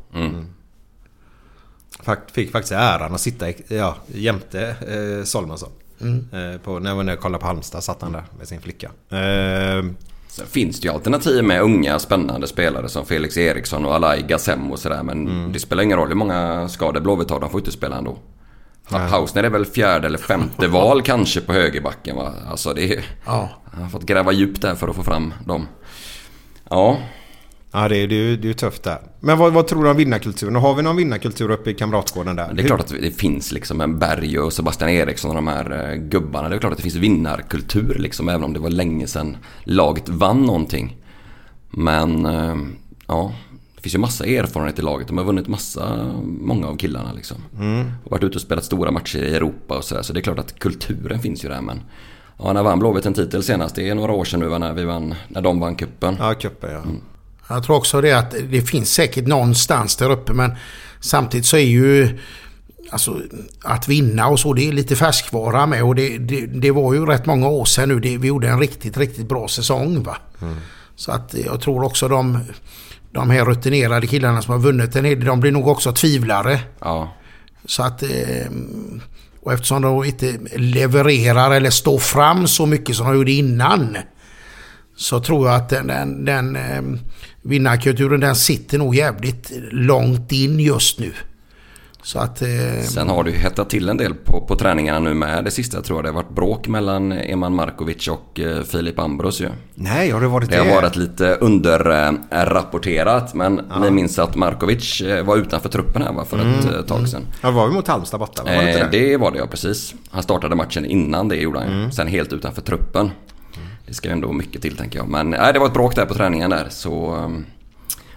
[SPEAKER 5] Fick faktiskt äran att sitta jämte Salomonsson. När jag kollade på Halmstad satt han där med sin flicka.
[SPEAKER 7] Sen finns det ju alternativ med unga spännande spelare som Felix Eriksson och Alai Gassem och sådär, men det spelar ingen roll hur många skador Blåvitt har, de får inte spela ändå. Hausner är väl 4:e eller 5:e val kanske på högerbacken, va? Alltså det är, han har fått gräva djupt där för att få fram dem.
[SPEAKER 5] Ja, det är ju tufft där. Men vad tror du om vinnarkulturen? Har vi någon vinnarkultur uppe i Kamratgården där?
[SPEAKER 7] Det är klart att det finns liksom en Berg och Sebastian Eriksson och de här gubbarna. Det är klart att det finns vinnarkultur liksom, även om det var länge sedan laget vann någonting. Men det finns ju massa erfarenhet i laget. De har vunnit många av killarna liksom. Och varit ute och spelat stora matcher i Europa och sådär. Så det är klart att kulturen finns ju där, men när vann Blåvitt en titel senast? Det är några år sedan nu, när de vann kuppen.
[SPEAKER 5] Ja, kuppen, ja.
[SPEAKER 6] Jag tror också det, att det finns säkert någonstans där uppe, men samtidigt så är ju alltså att vinna och så, det är lite färskvara med, och det var ju rätt många år sedan nu vi gjorde en riktigt bra säsong, va? Så att jag tror också de här rutinerade killarna som har vunnit de blir nog också tvivlare.
[SPEAKER 7] Ja. Så
[SPEAKER 6] att och eftersom de inte levererar eller står fram så mycket som de gjorde innan, så tror jag att den vinnarkulturen, den sitter nog jävligt långt in just nu. Så att,
[SPEAKER 7] sen har du hettat till en del på träningarna nu med det sista. Jag tror det har varit bråk mellan Eman Markovic och Filip Ambros ju.
[SPEAKER 5] Nej, har det varit det?
[SPEAKER 7] Det har varit lite underrapporterat, men ni minns att Markovic var utanför truppen här för ett tag sedan.
[SPEAKER 5] Ja, var vi mot Halmstad borta? Var det
[SPEAKER 7] det var det, ja, precis. Han startade matchen innan det gjorde han. Sen helt utanför truppen. Det ska ju ändå mycket till, tänker jag. Men det var ett bråk där på träningen där. Så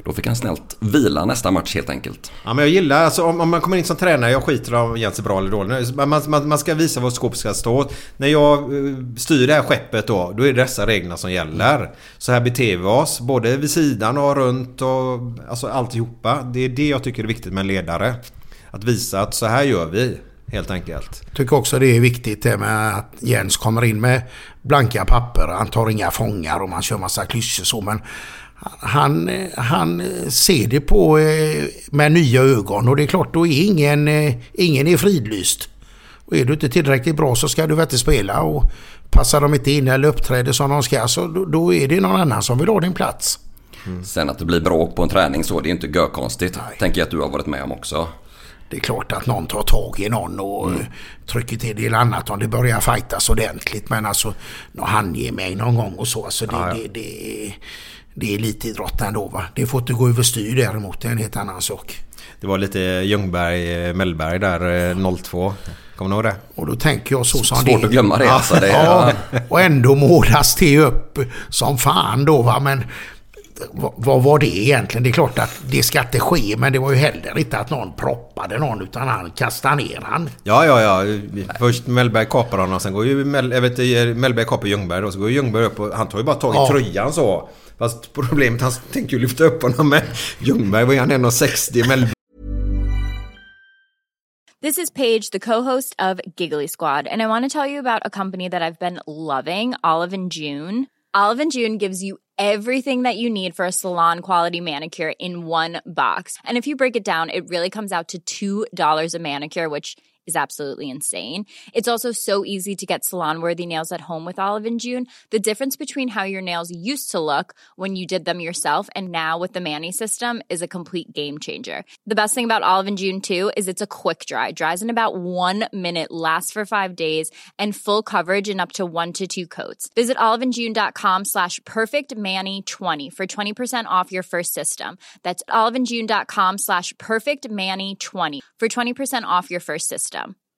[SPEAKER 7] Då fick han snällt vila nästa match helt enkelt.
[SPEAKER 5] Ja, men jag gillar, alltså, om man kommer in som tränare, jag skiter om Jens är bra eller dålig. Man ska visa vad skåpet ska stå. När jag styr det här skeppet då är det dessa reglerna som gäller. Så här beter vi oss, både vid sidan och runt och alltså alltihopa. Det är det jag tycker är viktigt med en ledare. Att visa att så här gör vi, helt enkelt.
[SPEAKER 6] Jag tycker också det är viktigt det med att Jens kommer in med blanka papper. Han tar inga fångar och man kör massa klyschor så, men han ser det på med nya ögon, och det är klart, då är ingen är fridlyst. Och är du inte tillräckligt bra så ska du väl inte spela, och passar de inte in eller uppträder som de ska, så då är det någon annan som vill ha din plats.
[SPEAKER 7] Sen att det blir bråk på en träning så, det är inte görkonstigt. Tänker jag att du har varit med om också.
[SPEAKER 6] Det är klart att någon tar tag i någon och trycker till det eller annat om det börjar fightas ordentligt, men alltså han ger mig någon gång och så, alltså det är lite idrott ändå, va. Det får inte gå överstyr däremot, det är en helt annan sak.
[SPEAKER 5] Det var lite Ljungberg-Mellberg där 02. Kommer du ihåg det?
[SPEAKER 6] Och då tänker jag så som
[SPEAKER 7] svårt att glömma det. Alltså,
[SPEAKER 6] ja, och ändå målas det upp som fan då, va. Men vad var det egentligen? Det är klart att det ska inte ske, men det var ju heller inte att någon proppade någon, utan han kastade ner han.
[SPEAKER 5] Ja. Först Mellberg kapar honom, och sen går ju Mellberg kapar Ljungberg, och så går Ljungberg upp och han tar ju bara tag i tröjan så. Fast problemet, han tänker ju lyfta upp honom med. Ljungberg var ju han 1,60 Mellberg.
[SPEAKER 8] This is Paige, the co-host of Giggly Squad, and I want to tell you about a company that I've been loving, Olive & June. Olive & June gives you everything that you need for a salon-quality manicure in one box. And if you break it down, it really comes out to $2 a manicure, which is absolutely insane. It's also so easy to get salon-worthy nails at home with Olive & June. The difference between how your nails used to look when you did them yourself and now with the Mani system is a complete game changer. The best thing about Olive & June, too, is it's a quick dry. Dries in about 1 minute, lasts for 5 days, and full coverage in up to 1 to 2 coats. Visit oliveandjune.com/perfectmani20 for 20% off your first system. That's oliveandjune.com/perfectmani20 for 20% off your first system.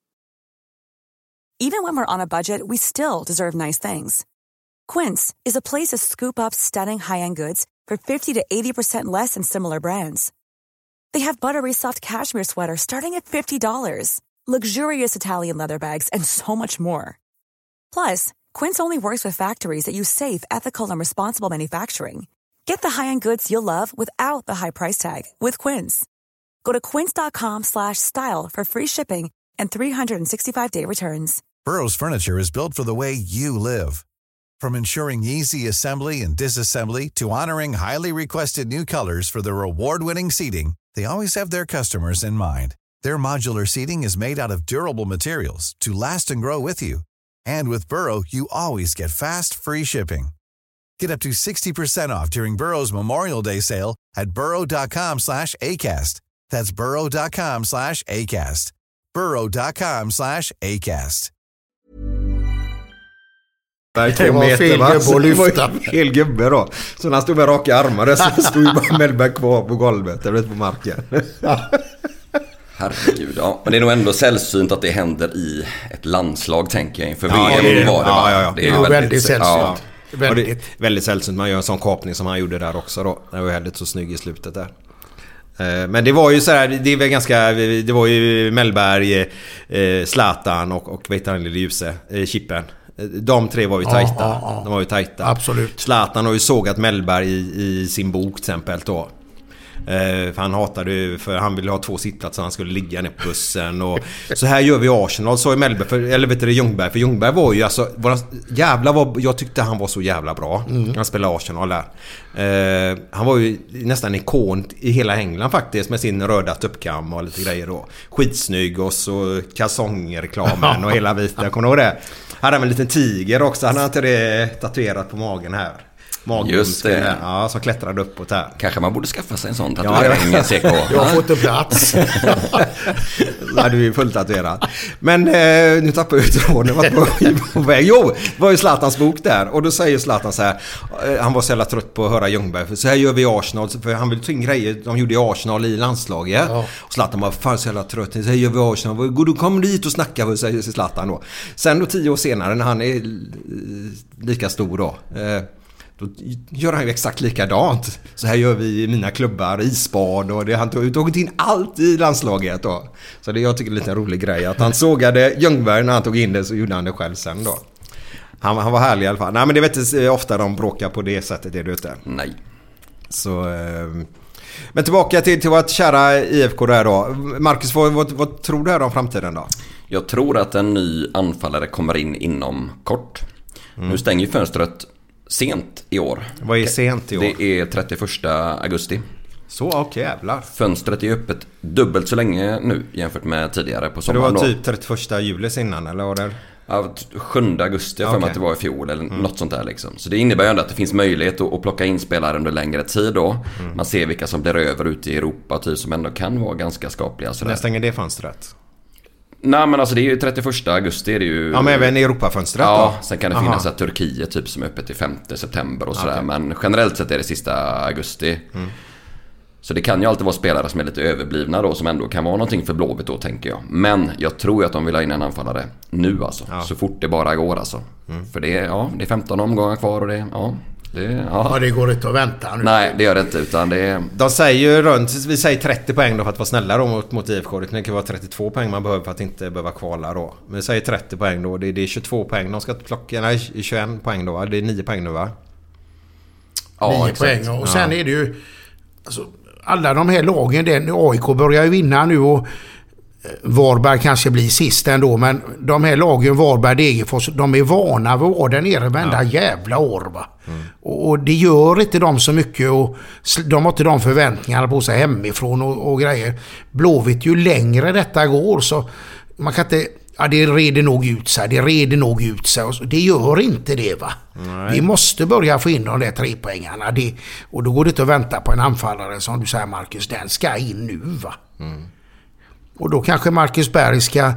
[SPEAKER 9] Even when we're on a budget, we still deserve nice things. Quince is a place to scoop up stunning high-end goods for 50 to 80% less than similar brands. They have buttery soft cashmere sweaters starting at $50, luxurious Italian leather bags, and so much more. Plus, Quince only works with factories that use safe, ethical, and responsible manufacturing. Get the high-end goods you'll love without the high price tag with Quince. Go to quince.com/style for free shipping and 365-day returns.
[SPEAKER 10] Burrow's furniture is built for the way you live. From ensuring easy assembly and disassembly to honoring highly requested new colors for their award-winning seating, they always have their customers in mind. Their modular seating is made out of durable materials to last and grow with you. And with Burrow, you always get fast, free shipping. Get up to 60% off during Burrow's Memorial Day sale at burrow.com/ACAST. That's burrow.com/ACAST. burrow.com/ACAST.
[SPEAKER 6] Det var fel gubbe att lyfta.
[SPEAKER 5] Fel gubbe då. Så när han stod med raka armar så stod ju bara Mellberg kvar på golvet eller på marken.
[SPEAKER 7] Herregud, ja. Men det är nog ändå sällsynt att det händer i ett landslag, tänker jag, inför VM.
[SPEAKER 5] Det
[SPEAKER 6] är väldigt sällsynt.
[SPEAKER 5] Väldigt sällsynt. Man gör en sån kapning som han gjorde där också då. Det var väldigt så snygg i slutet där. Men det var ju så här, det var ju Mellberg, Zlatan och vet han lille Ljuse, Chippen. De tre var ju tajta. De var ju tajta.
[SPEAKER 6] Absolut.
[SPEAKER 5] Zlatan har ju sågat Mellberg i sin bok till exempel då. För han hatade ju, för han ville ha 2 sittplatser, han skulle ligga ner på bussen och så här gör vi Arsenal, så i Mellberg eller vet du Ljungberg, för Ljungberg var ju alltså jag tyckte han var så jävla bra. Han spelade Arsenal där. Han var ju nästan ikon i hela England faktiskt, med sin röda tuppkam och lite grejer då. Skitsnygg, och så kalsongreklamen och hela vita, kommer du ihåg det? Hade en liten tiger också, han hade inte det tatuerat på magen här.
[SPEAKER 7] Just det.
[SPEAKER 5] Ja, som klättrade uppåt här.
[SPEAKER 7] Kanske man borde skaffa sig en sån tatuering med CK.
[SPEAKER 6] Jag har fått en plats.
[SPEAKER 5] Nej, du är fullt tatuerad. Men nu tappar jag ut tråden. På väg. Jo, var ju Zlatans bok där. Och då säger Zlatan så här. Han var så jävla trött på att höra Ljungberg. För så här gör vi i Arsenal. För han vill ta in grejer de gjorde i Arsenal i landslaget. Ja. Och Zlatan var fan så jävla trött. Så här gör vi i Arsenal. Då kommer du hit och snacka, säger Zlatan då. Sen då 10 år senare, när han är lika stor då. Då gör han ju exakt likadant. Så här gör vi i mina klubbar, isbad och det, han tog in allt i landslaget då. Så det jag tycker är lite en rolig grej att han sågade Ljungberg när han tog in det, så gjorde han det själv sen då. Han var härlig i alla fall. Nej, men det vet inte ofta de bråkar på det sättet, är det inte?
[SPEAKER 7] Nej.
[SPEAKER 5] Så, men tillbaka till vårt kära IFK där då. Marcus, vad tror du här om framtiden då?
[SPEAKER 7] Jag tror att en ny anfallare kommer in inom kort. Nu stänger ju fönstret sent i år.
[SPEAKER 5] Vad är sent i år?
[SPEAKER 7] Det är 31 augusti.
[SPEAKER 5] Så, okej, jävlar.
[SPEAKER 7] Fönstret är öppet dubbelt så länge nu jämför med tidigare på sommaren.
[SPEAKER 5] Det var typ 31 juli innan, eller vad det?
[SPEAKER 7] Ja, 7 augusti för mig att det var i fjol eller något sånt där liksom. Så det innebär ju ändå att det finns möjlighet att plocka in spelare under längre tid då. Man ser vilka som blir över ute i Europa typ, som ändå kan vara ganska skapliga.
[SPEAKER 5] När stänger det fönstret?
[SPEAKER 7] Nej, men alltså det är ju 31 augusti är det ju.
[SPEAKER 5] Ja, men även Europafönstret
[SPEAKER 7] ja,
[SPEAKER 5] då?
[SPEAKER 7] Sen kan det finnas att Turkiet typ som är öppet till 5 september och sådär. Men generellt sett är det sista augusti. Så det kan ju alltid vara spelare som är lite överblivna då, som ändå kan vara någonting för Blåvitt då, tänker jag. Men jag tror att de vill ha in en anfallare nu alltså. Så fort det bara går alltså. För det är 15 omgångar kvar och det
[SPEAKER 6] det går inte att vänta nu.
[SPEAKER 7] Nej, det gör det inte, utan det.
[SPEAKER 5] De säger ju vi säger 30 poäng då för att vara snälla då mot IFK. Det kan vara 32 poäng man behöver för att inte behöva kvala då. Men vi säger 30 poäng då. Det är 22 poäng. De ska plocka 21 poäng då. Det är 9 poäng nu, va?
[SPEAKER 6] Ja, 9 poäng. Och sen är det ju alltså, alla de här lagen, AIK börjar ju vinna nu och Varberg kanske blir sist ändå, men de här lagen, Varberg, Degerfors, de är vana vid att vara där nere varenda jävla år, va? Och det gör inte de så mycket, och de har inte de förväntningarna på sig hemifrån och grejer. Blåvitt, ju längre detta går så man kan inte, det reder nog ut sig och det gör inte det, va? Nej. Vi måste börja få in de där 3 poängarna och då går det inte att vänta på en anfallare som du säger, Marcus, den ska in nu, va? Och då kanske Marcus Berg ska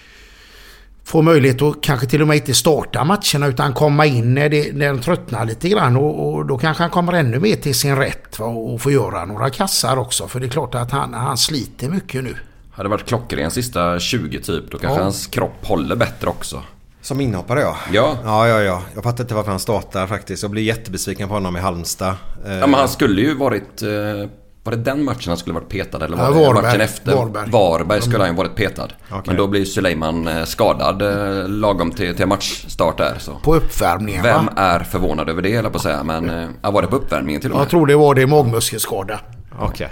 [SPEAKER 6] få möjlighet att kanske till och med inte starta matcherna utan komma in när de tröttnar lite grann, och då kanske han kommer ännu mer till sin rätt, va? Och få göra några kassar också, för det är klart att han sliter mycket nu.
[SPEAKER 7] Hade varit klockren sista 20 typ, då kanske hans kropp håller bättre också.
[SPEAKER 5] Som inhoppare,
[SPEAKER 7] ja.
[SPEAKER 5] Ja. Jag fattar inte varför han startar faktiskt. Jag blir jättebesviken på honom i Halmstad.
[SPEAKER 7] Ja, men han skulle ju varit. Var det den matchen han skulle varit petad, eller var det
[SPEAKER 6] Varberg,
[SPEAKER 7] matchen efter? Varberg skulle han ju varit petad. Okay. Men då blir Suleiman skadad lagom till matchstart där. Så.
[SPEAKER 6] På uppvärmningen,
[SPEAKER 7] vem är förvånad över det, eller på att säga. Men var det på uppvärmningen till och med?
[SPEAKER 6] Jag tror det var det, magmuskelskada.
[SPEAKER 5] Okej.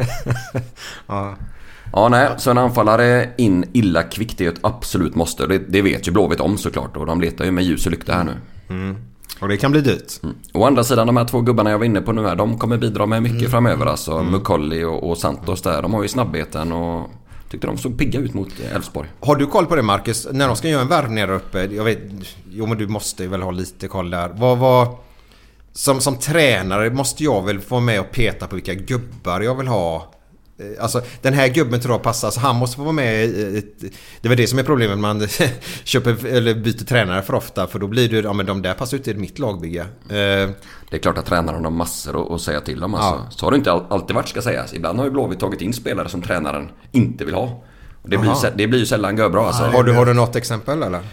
[SPEAKER 7] Ja, nej. Så en anfallare in illa kvickt är ett absolut måste. Det vet ju Blåvitt om såklart. Och de letar ju med ljus och lykta här nu.
[SPEAKER 5] Och det kan bli dyrt.
[SPEAKER 7] Å andra sidan, de här 2 gubbarna jag var inne på nu här, de kommer bidra med mycket framöver. Alltså Mukolli och Santos där. De har ju snabbheten och tyckte de såg pigga ut mot Elfsborg.
[SPEAKER 5] Har du koll på det, Marcus? När de ska göra en värv nere uppe, jag vet, men du måste väl ha lite koll där. Som tränare måste jag väl få med och peta på vilka gubbar jag vill ha. Alltså den här gubben tror jag passar, så han måste få vara med det är väl det som är problemet, man köper eller byter tränare för ofta, för då blir det, men de där passar ut i mitt lagbygge. Det
[SPEAKER 7] är klart att tränaren har massor att säga till dem alltså. Så har det inte alltid varit, ska sägas. Ibland har ju Blåvitt tagit in spelare som tränaren inte vill ha, och det blir ju sällan bra alltså.
[SPEAKER 5] Har du något exempel eller?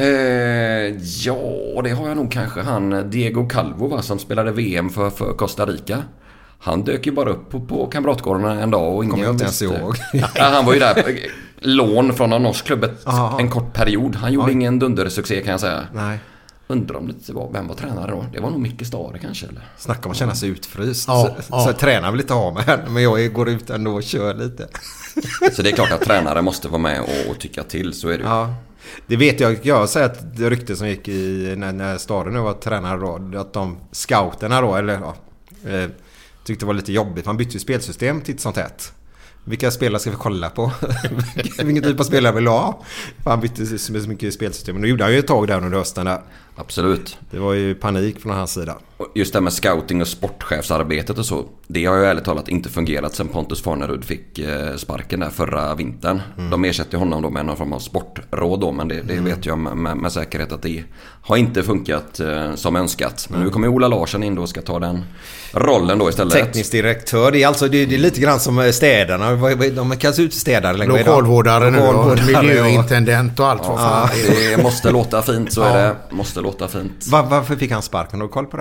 [SPEAKER 7] Ja, det har jag nog kanske. Han Diego Calvo, va, som spelade VM för Costa Rica. Han dök ju bara upp på Kamratgården en dag och ingen
[SPEAKER 5] inte ens ihåg.
[SPEAKER 7] Han var ju där lån från en norsk klubb en kort period. Han gjorde ingen dundersuccé, kan jag säga. Nej. Undrar om det var, vem var tränare då? Det var nog Micke Stare kanske, eller?
[SPEAKER 5] Snacka om att känna sig utfryst. Så tränar vill inte ha mig, men jag går ut ändå och kör lite.
[SPEAKER 7] Så det är klart att tränare måste vara med och tycka till, så är det ju.
[SPEAKER 5] Ja. Det vet jag. Jag säger att det rykte som gick i när Stare nu var tränare då, att de scouterna då, eller tyckte det var lite jobbigt. Man bytte ju spelsystem titt som tätt. Vilka spelare ska vi kolla på? Vilken typ av spelare vill ha? Han bytte så mycket spelsystem. Men då gjorde han ju ett tag där under hösten där.
[SPEAKER 7] Absolut.
[SPEAKER 5] Det var ju panik från hans sida.
[SPEAKER 7] Och just det med scouting och sportchefsarbetet och så, det har ju ärligt talat inte fungerat sen Pontus Farnerud fick sparken där förra vintern. De ersätter honom då med någon form av sportråd då, men det vet jag med säkerhet att det har inte funkat som önskat. Men nu kommer Ola Larsson in då och ska ta den rollen då istället.
[SPEAKER 5] Teknisk direktör, det är alltså det är lite grann som städarna. De kallas ut städare längre.
[SPEAKER 6] Lokalvårdare nu, miljöintendent och allt vad fan.
[SPEAKER 7] Det måste låta fint, så är det. Måste låta fint.
[SPEAKER 5] Varför fick han sparken? Har du koll på det?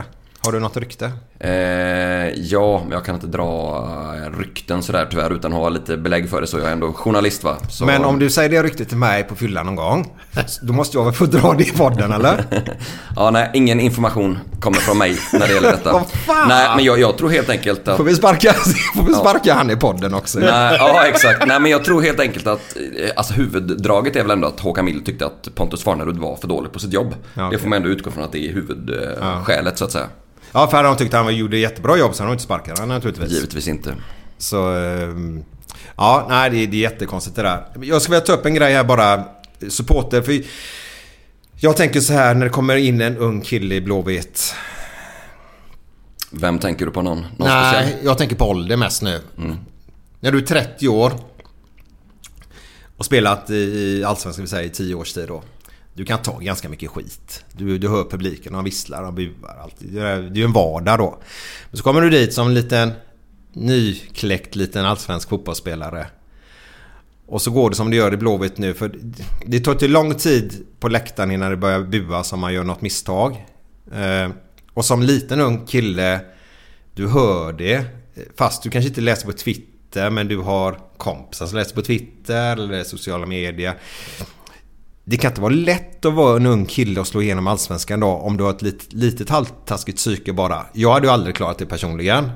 [SPEAKER 5] Har du något rykte?
[SPEAKER 7] Ja, men jag kan inte dra rykten sådär tyvärr utan ha lite belägg för det, så jag är ändå journalist va. Så...
[SPEAKER 5] Men om du säger det ryktet till mig på fyllan någon gång, då måste jag väl få dra det i podden eller?
[SPEAKER 7] Ja, nej, ingen information kommer från mig när det gäller detta. Nej, men jag tror helt enkelt att...
[SPEAKER 5] Får vi sparka han i podden också?
[SPEAKER 7] Nej, ja, exakt. Nej, men jag tror helt enkelt att alltså, huvuddraget är väl ändå att Håkan Mild tyckte att Pontus Farnerud var för dålig på sitt jobb. Ja, okay. Det får man ändå utgå från att det är huvudskälet så att säga.
[SPEAKER 5] Ja, för han tyckte han gjorde jättebra jobb, så han har inte sparkat han naturligtvis.
[SPEAKER 7] Givetvis inte.
[SPEAKER 5] Så, ja, nej, det är jättekonstigt det där. Jag ska vilja ta upp en grej här bara, supporter, för jag tänker så här, när det kommer in en ung kille i Blåvitt.
[SPEAKER 7] Vem tänker du på? Någon
[SPEAKER 5] nej,
[SPEAKER 7] speciell?
[SPEAKER 5] Jag tänker på ålder mest nu. När du är 30 år och spelat i Allsvenskan, vill säga i 10 års tid då. Du kan ta ganska mycket skit. Du hör publiken, de visslar, de buar. Alltid. Det är ju en vardag då. Men så kommer du dit som en liten nykläckt liten allsvensk fotbollsspelare. Och så går det som det gör i Blåvitt nu. För det tar till lång tid på läktaren innan det börjar bua som man gör något misstag. Och som liten ung kille, du hör det. Fast du kanske inte läser på Twitter, men du har kompisar som läser på Twitter eller sociala medier. Det kan inte vara lätt att vara en ung kille och slå igenom allsvenskan då, om du har ett litet halvtaskigt psyke bara. Jag hade ju aldrig klarat det personligen.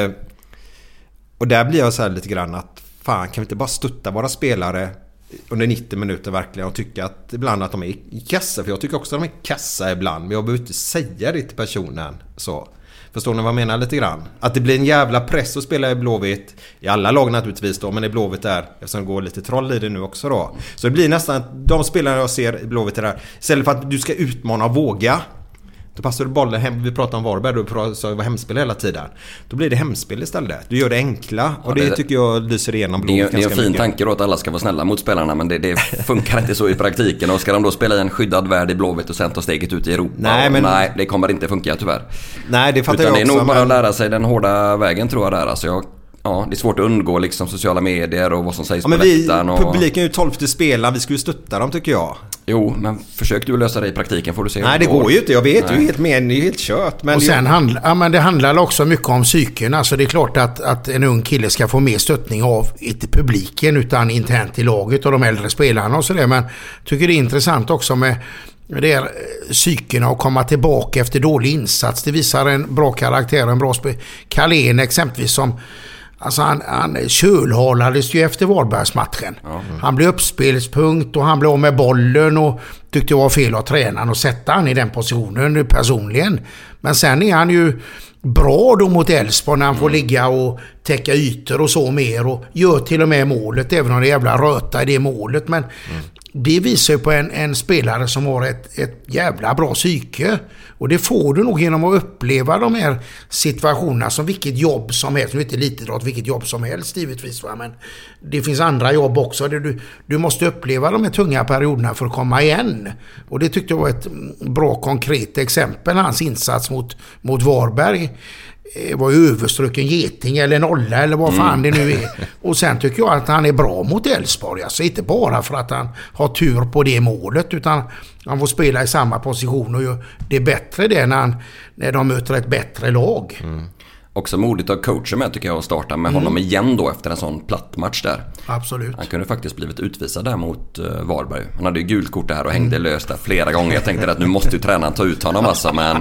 [SPEAKER 5] Och där blir jag så här lite grann att fan, kan vi inte bara stötta våra spelare under 90 minuter verkligen och tycka att ibland att de är kassa, för jag tycker också att de är kassa ibland, men jag behöver inte säga det till personen så. Förstår ni vad jag menar lite grann? Att det blir en jävla press att spela i Blåvitt. I alla lag naturligtvis då, men i Blåvitt där, eftersom det går lite troll i det nu också då. Så det blir nästan de spelarna jag ser i Blåvitt där. Istället för att du ska utmana och våga, då passar du bollen hem. Vi pratar om Varberg, då sa jag var hemspel hela tiden. Då blir det hemspel istället. Du gör det enkla, och det tycker jag lyser igenom Blåvitt.
[SPEAKER 7] Det är en fin tanke då att alla ska vara snälla mot spelarna, men det funkar inte så i praktiken. Och ska de då spela i en skyddad värld i Blåvitt och sen ta steget ut i Europa? Nej, det kommer inte funka tyvärr.
[SPEAKER 5] Nej, det fattar jag också.
[SPEAKER 7] Det är nog bara att lära sig den hårda vägen, tror jag där. Alltså det är svårt att undgå liksom sociala medier och vad som sägs på läktaren.
[SPEAKER 5] Publiken är ju 12:e spelare, vi skulle ju stötta dem tycker jag.
[SPEAKER 7] Jo, men försök du lösa det i praktiken får du se.
[SPEAKER 5] Nej, det går ju inte. Jag vet ju helt med, det är helt kört. Men
[SPEAKER 6] och sen det handlar också mycket om psyken. Alltså det är klart att en ung kille ska få mer stöttning av inte publiken utan internt i laget och de äldre spelarna och sådär. Men jag tycker det är intressant också med det är psykerna att komma tillbaka efter dålig insats. Det visar en bra karaktär och en bra spel. Carlén exempelvis som alltså han kölhalades ju efter Varbergsmatchen. Han blev uppspelspunkt och han blev av med bollen och tyckte det var fel av tränaren att sätta han i den positionen personligen. Men sen är han ju bra då mot Elfsborg när han får ligga och täcka ytor och så mer och gör till och med målet, även om det är jävla röta i det målet. Men det visar ju på en spelare som har ett jävla bra psyke. Och det får du nog genom att uppleva de här situationerna som vilket jobb som helst. Nu är det inte lite vilket jobb som helst givetvis, va? Men det finns andra jobb också. Du måste uppleva de här tunga perioderna för att komma igen. Och det tyckte jag var ett bra konkret exempel. Hans insats mot Varberg var ju överstruken geting eller nolla eller vad fan det nu är. Och sen tycker jag att han är bra mot Elfsborg. Alltså inte bara för att han har tur på det målet, utan han får spela i samma position och gör det bättre det när de möter ett bättre lag.
[SPEAKER 7] Också modigt av coachen med tycker jag att starta med honom igen då efter en sån plattmatch där.
[SPEAKER 6] Absolut.
[SPEAKER 7] Han kunde faktiskt blivit utvisad där mot Varberg. Han hade ju gult kort där och hängde löst där flera gånger. Jag tänkte att nu måste ju tränaren ta ut honom alltså, men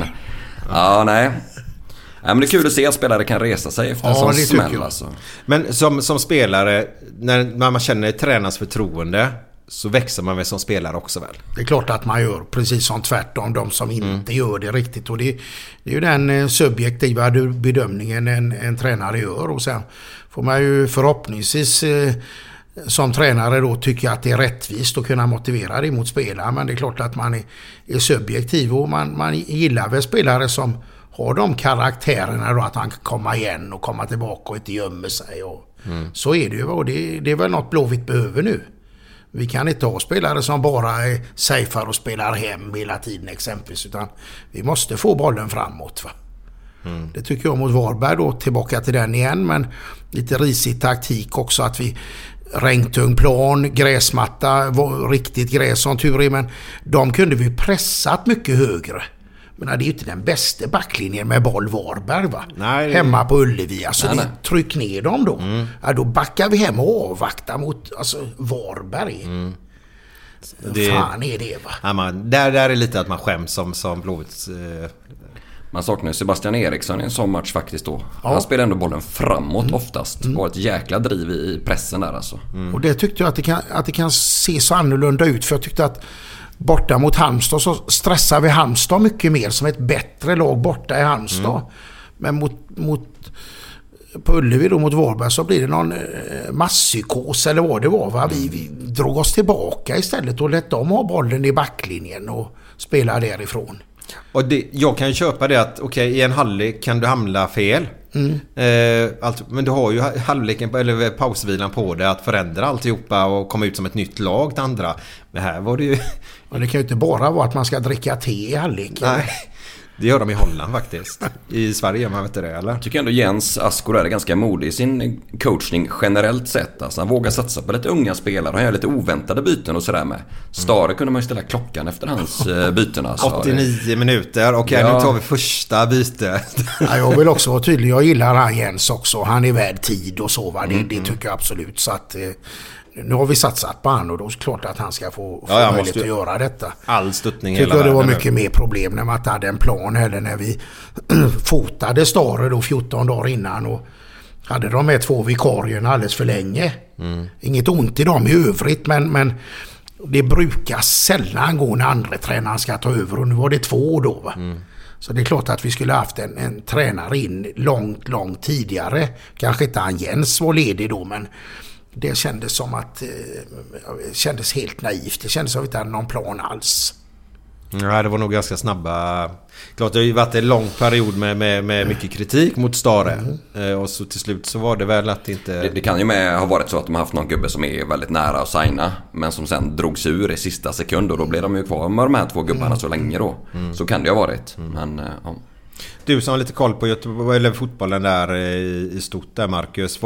[SPEAKER 7] nej. Ja, men det är kul att se att spelare kan resa sig efter en sån smäll alltså.
[SPEAKER 5] Men som spelare, när man känner tränarens förtroende, så växer man väl som spelare också väl?
[SPEAKER 6] Det är klart att man gör precis som tvärtom de som inte gör det riktigt. Och det är ju den subjektiva bedömningen en tränare gör. Och sen får man ju förhoppningsvis som tränare då tycka att det är rättvist att kunna motivera det mot spelare. Men det är klart att man är subjektiv och man gillar väl spelare som har de karaktärerna då, att han kan komma igen och komma tillbaka och inte gömmer sig. Så är det ju, och det är väl något Blåvitt behöver nu. Vi kan inte ha spelare som bara är safear och spelar hem hela tiden exempelvis, utan vi måste få bollen framåt, va? Det tycker jag mot Varberg då, tillbaka till den igen, men lite risig taktik också, att vi regntung plan, gräsmatta, riktigt gräs som tur är, men de kunde vi pressat mycket högre. Men det är ju inte den bästa backlinjen med boll Varberg, va?
[SPEAKER 5] Nej,
[SPEAKER 6] hemma på Ullevi. Alltså tryck ner dem då. Ja, då backar vi hem och avvaktar mot Varberg. Fan är det, va?
[SPEAKER 5] Ja, där är lite att man skäms som Blåvitt.
[SPEAKER 7] Man saknar Sebastian Eriksson i en sån match faktiskt då. Ja. Han spelar ändå bollen framåt oftast. Och ett jäkla driv i pressen där alltså.
[SPEAKER 6] Och det tyckte jag att det kan se så annorlunda ut. För jag tyckte att borta mot Halmstad så stressar vi Halmstad mycket mer som ett bättre lag borta i Halmstad. Men på Ullevi då mot Varberg så blir det någon masspsykos eller vad det var, va? Vi drog oss tillbaka istället och lät dem ha bollen i backlinjen och spela därifrån.
[SPEAKER 5] Och jag kan ju köpa det att i en halvlek kan du hamna fel. Men du har ju halvleken eller pausvilan på det att förändra alltihopa och komma ut som ett nytt lag till andra. Men här var det ju...
[SPEAKER 6] Och det kan ju inte bara vara att man ska dricka te i halvleken.
[SPEAKER 5] Nej. Det gör de i Holland faktiskt. I Sverige, man vet inte det, eller?
[SPEAKER 7] Jag tycker ändå Jens Askor är ganska modig i sin coachning generellt sett. Alltså, han vågar satsa på lite unga spelare. Han gör lite oväntade byten och sådär med. Stare kunde man ju ställa klockan efter hans byten. Alltså.
[SPEAKER 5] 89 minuter. Okej, nu tar vi första bytet.
[SPEAKER 6] Ja, jag vill också vara tydlig. Jag gillar han Jens också. Han är värd tid och så, va? Det tycker jag absolut. Så att... Nu har vi satsat på han och då är det klart att han ska få möjlighet att göra detta.
[SPEAKER 5] All stöttning
[SPEAKER 6] hela världen. Det var mycket mer problem när man inte hade en plan heller när vi fotade Stare då 14 dagar innan och hade de med 2 vikarierna alldeles för länge. Inget ont i dem i övrigt men det brukar sällan gå när andra tränaren ska ta över och nu var det 2 då, va? Så det är klart att vi skulle haft en tränare in långt tidigare. Kanske inte han Jens var ledig då, men det kändes som att kändes helt naivt. Det kändes som att vi inte hade någon plan alls.
[SPEAKER 5] Nej, det var nog ganska snabba. Klart det har ju varit en lång period med mycket kritik mot Stare. Och så till slut så var det väl att inte...
[SPEAKER 7] Det kan ju med ha varit så att de har haft någon gubbe som är väldigt nära att signa, men som sen drogs ur i sista sekund och då blev de ju kvar med de här 2 gubbarna så länge då. Så kan det ju ha varit. Men, ja.
[SPEAKER 5] Du som har lite koll på Göteborg, eller fotbollen där i stort där, Marcus,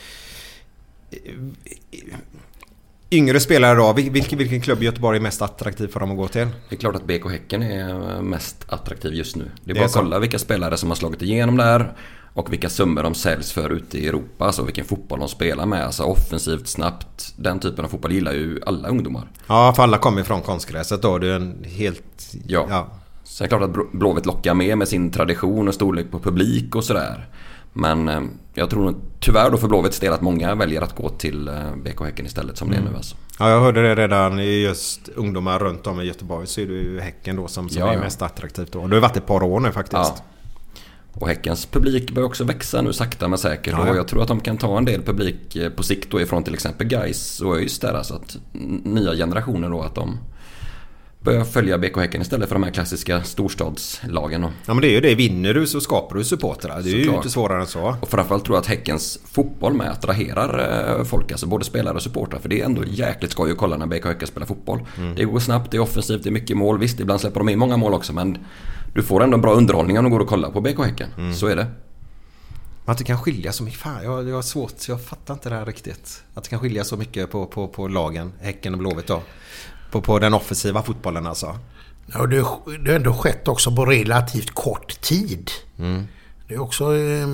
[SPEAKER 5] yngre spelare då, vilken klubb i Göteborg är mest attraktiv för dem att gå till?
[SPEAKER 7] Det är klart att BK Häcken är mest attraktiv just nu. Det är bara att kolla vilka spelare som har slagit igenom där och vilka summor de säljs för ute i Europa, alltså vilken fotboll de spelar med, alltså offensivt, snabbt. Den typen av fotboll gillar ju alla ungdomar. Ja,
[SPEAKER 5] för alla kommer från konstgräset då, det är en helt...
[SPEAKER 7] Ja. Så det är klart att Blåvitt lockar med sin tradition och storlek på publik och sådär. Men jag tror tyvärr då för Blåvitts del att många väljer att gå till BK Häcken istället som det är nu alltså.
[SPEAKER 5] Ja, jag hörde det redan i just ungdomar runt om i Göteborg, så är det ju Häcken då som är mest attraktivt då. Det har varit ett par år nu faktiskt. Ja.
[SPEAKER 7] Och Häckens publik börjar också växa nu sakta men säkert. Och jag tror att de kan ta en del publik på sikt då ifrån till exempel Gais och ÖIS där, alltså att nya generationer då att de börjar följa BK Häcken istället för de här klassiska storstadslagen.
[SPEAKER 5] Ja, men det är ju det. Vinner du så skapar du supportrar. Det är ju inte svårare än så.
[SPEAKER 7] Och framförallt tror jag att Häckens fotboll med attraherar folk, alltså både spelare och supportrar. För det är ändå jäkligt skoj att kolla när BK Häcken spelar fotboll. Det går snabbt, det är offensivt, det är mycket mål. Visst, ibland släpper de in många mål också, men du får ändå en bra underhållning om du går och kollar på BK Häcken. Så är det.
[SPEAKER 5] Att det kan skilja så mycket. Fan, jag har svårt, jag fattar inte det här riktigt. Att det kan skilja så mycket på lagen, Häcken och Blåvitt då. På den offensiva fotbollen alltså.
[SPEAKER 6] Ja, det har ändå skett också på relativt kort tid. Det är också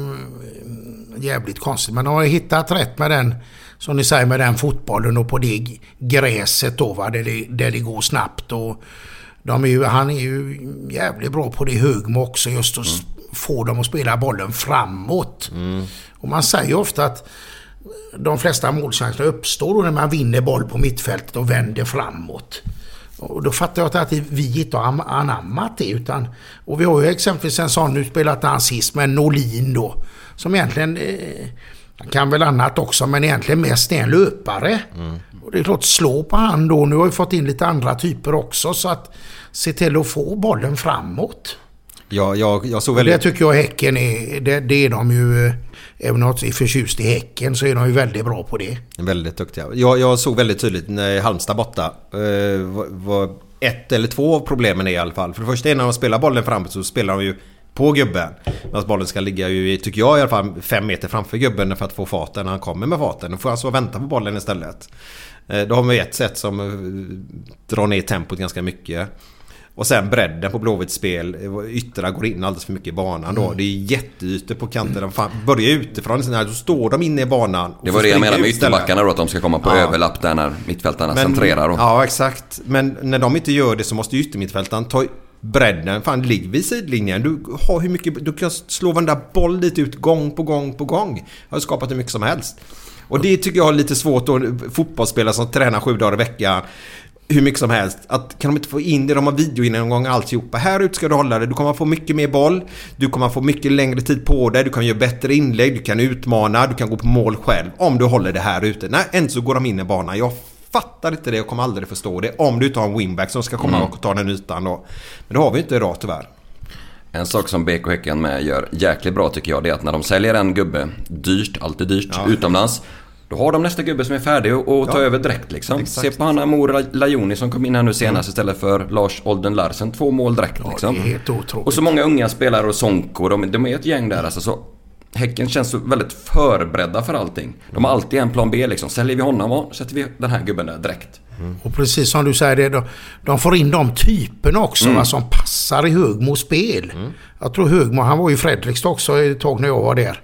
[SPEAKER 6] jävligt konstigt. Men de har hittat rätt med den, som ni säger, med den fotbollen och på det gräset då, va? Där det går snabbt. Och han är ju jävligt bra på det Högmo också, just att få dem att spela bollen framåt. Och man säger ofta att de flesta målchanserna uppstår när man vinner boll på mittfältet och vänder framåt. Och då fattar jag att vi inte har anammat det. Och vi har ju exempelvis en sån utspelat han sist med Norlin då. Som egentligen kan väl annat också, men egentligen mest är en löpare. Och det är klart, slå på han då. Nu har vi fått in lite andra typer också, så att se till att få bollen framåt.
[SPEAKER 5] Ja, jag såg väldigt...
[SPEAKER 6] Det tycker jag Häcken är, det är de ju, även om de är förtjust i Häcken så är de ju väldigt bra på det.
[SPEAKER 5] Väldigt duktiga. Jag såg väldigt tydligt när Halmstad borta var 1 eller 2 av problemen i alla fall. För det första, när de spelar bollen framåt så spelar de ju på gubben. Medan bollen ska ligga ju, tycker jag i alla fall, 5 meter framför gubben för att få farten när han kommer med farten. Då får han så vänta på bollen istället. Då har vi ett sätt som drar ner tempot ganska mycket. Och sen bredden på Blåvitts spel. Ytterna går in alldeles för mycket i banan då. Det är jätteytor på kanten. Börjar utifrån så står de inne i banan.
[SPEAKER 7] Det var det jag menade med ytterbackarna då, att de ska komma på överlapp där när mittfältarna centrerar. Och...
[SPEAKER 5] Ja, exakt. Men när de inte gör det så måste yttermittfältaren ta bredden. Fan, ligg vid sidlinjen. Du har hur mycket, du kan slå varenda boll dit ut gång på gång på gång. Har skapat hur mycket som helst. Och det tycker jag är lite svårt att fotbollsspelare som tränar 7 dagar i veckan hur mycket som helst. Att kan de inte få in det, de har videogenomgång alltihopa. Här ut ska du hålla det. Du kommer få mycket mer boll. Du kommer få mycket längre tid på dig. Du kan göra bättre inlägg. Du kan utmana. Du kan gå på mål själv. Om du håller det här ute. Nej, än så går de in i banan. Jag fattar inte det. Jag kommer aldrig förstå det. Om du tar en wingback som ska komma och ta den ytan då. Men det har vi inte idag tyvärr.
[SPEAKER 7] En sak som BK Häcken med gör jäkligt bra tycker jag, det är att när de säljer en gubbe dyrt, alltid dyrt, utomlands, då har de nästa gubbe som är färdig och ta över direkt liksom. Exakt. Se på Hanna Mora Lajoni som kom in här nu senast istället för Lars Olden Larsen. 2 mål direkt liksom.
[SPEAKER 6] Det är helt otroligt.
[SPEAKER 7] Och så många unga spelare och Sonko, de är ett gäng där alltså, så Häcken känns så väldigt förberedda för allting. De har alltid en plan B liksom. Säljer vi honom, sätter vi den här gubben där direkt.
[SPEAKER 6] Och precis som du säger, de får in de typerna också som passar i Högmos spel. Jag tror Högmo, han var ju i Fredrikstad också ett tag när jag var där.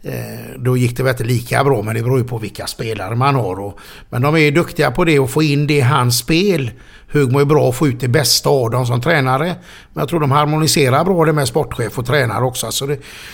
[SPEAKER 6] Då gick det väldigt lika bra, men det beror ju på vilka spelare man har. Men de är duktiga på det och få in det i hans spel. Högmo är bra att få ut det bästa av dem som tränare. Men jag tror de harmoniserar bra det med sportchef och tränare också. Så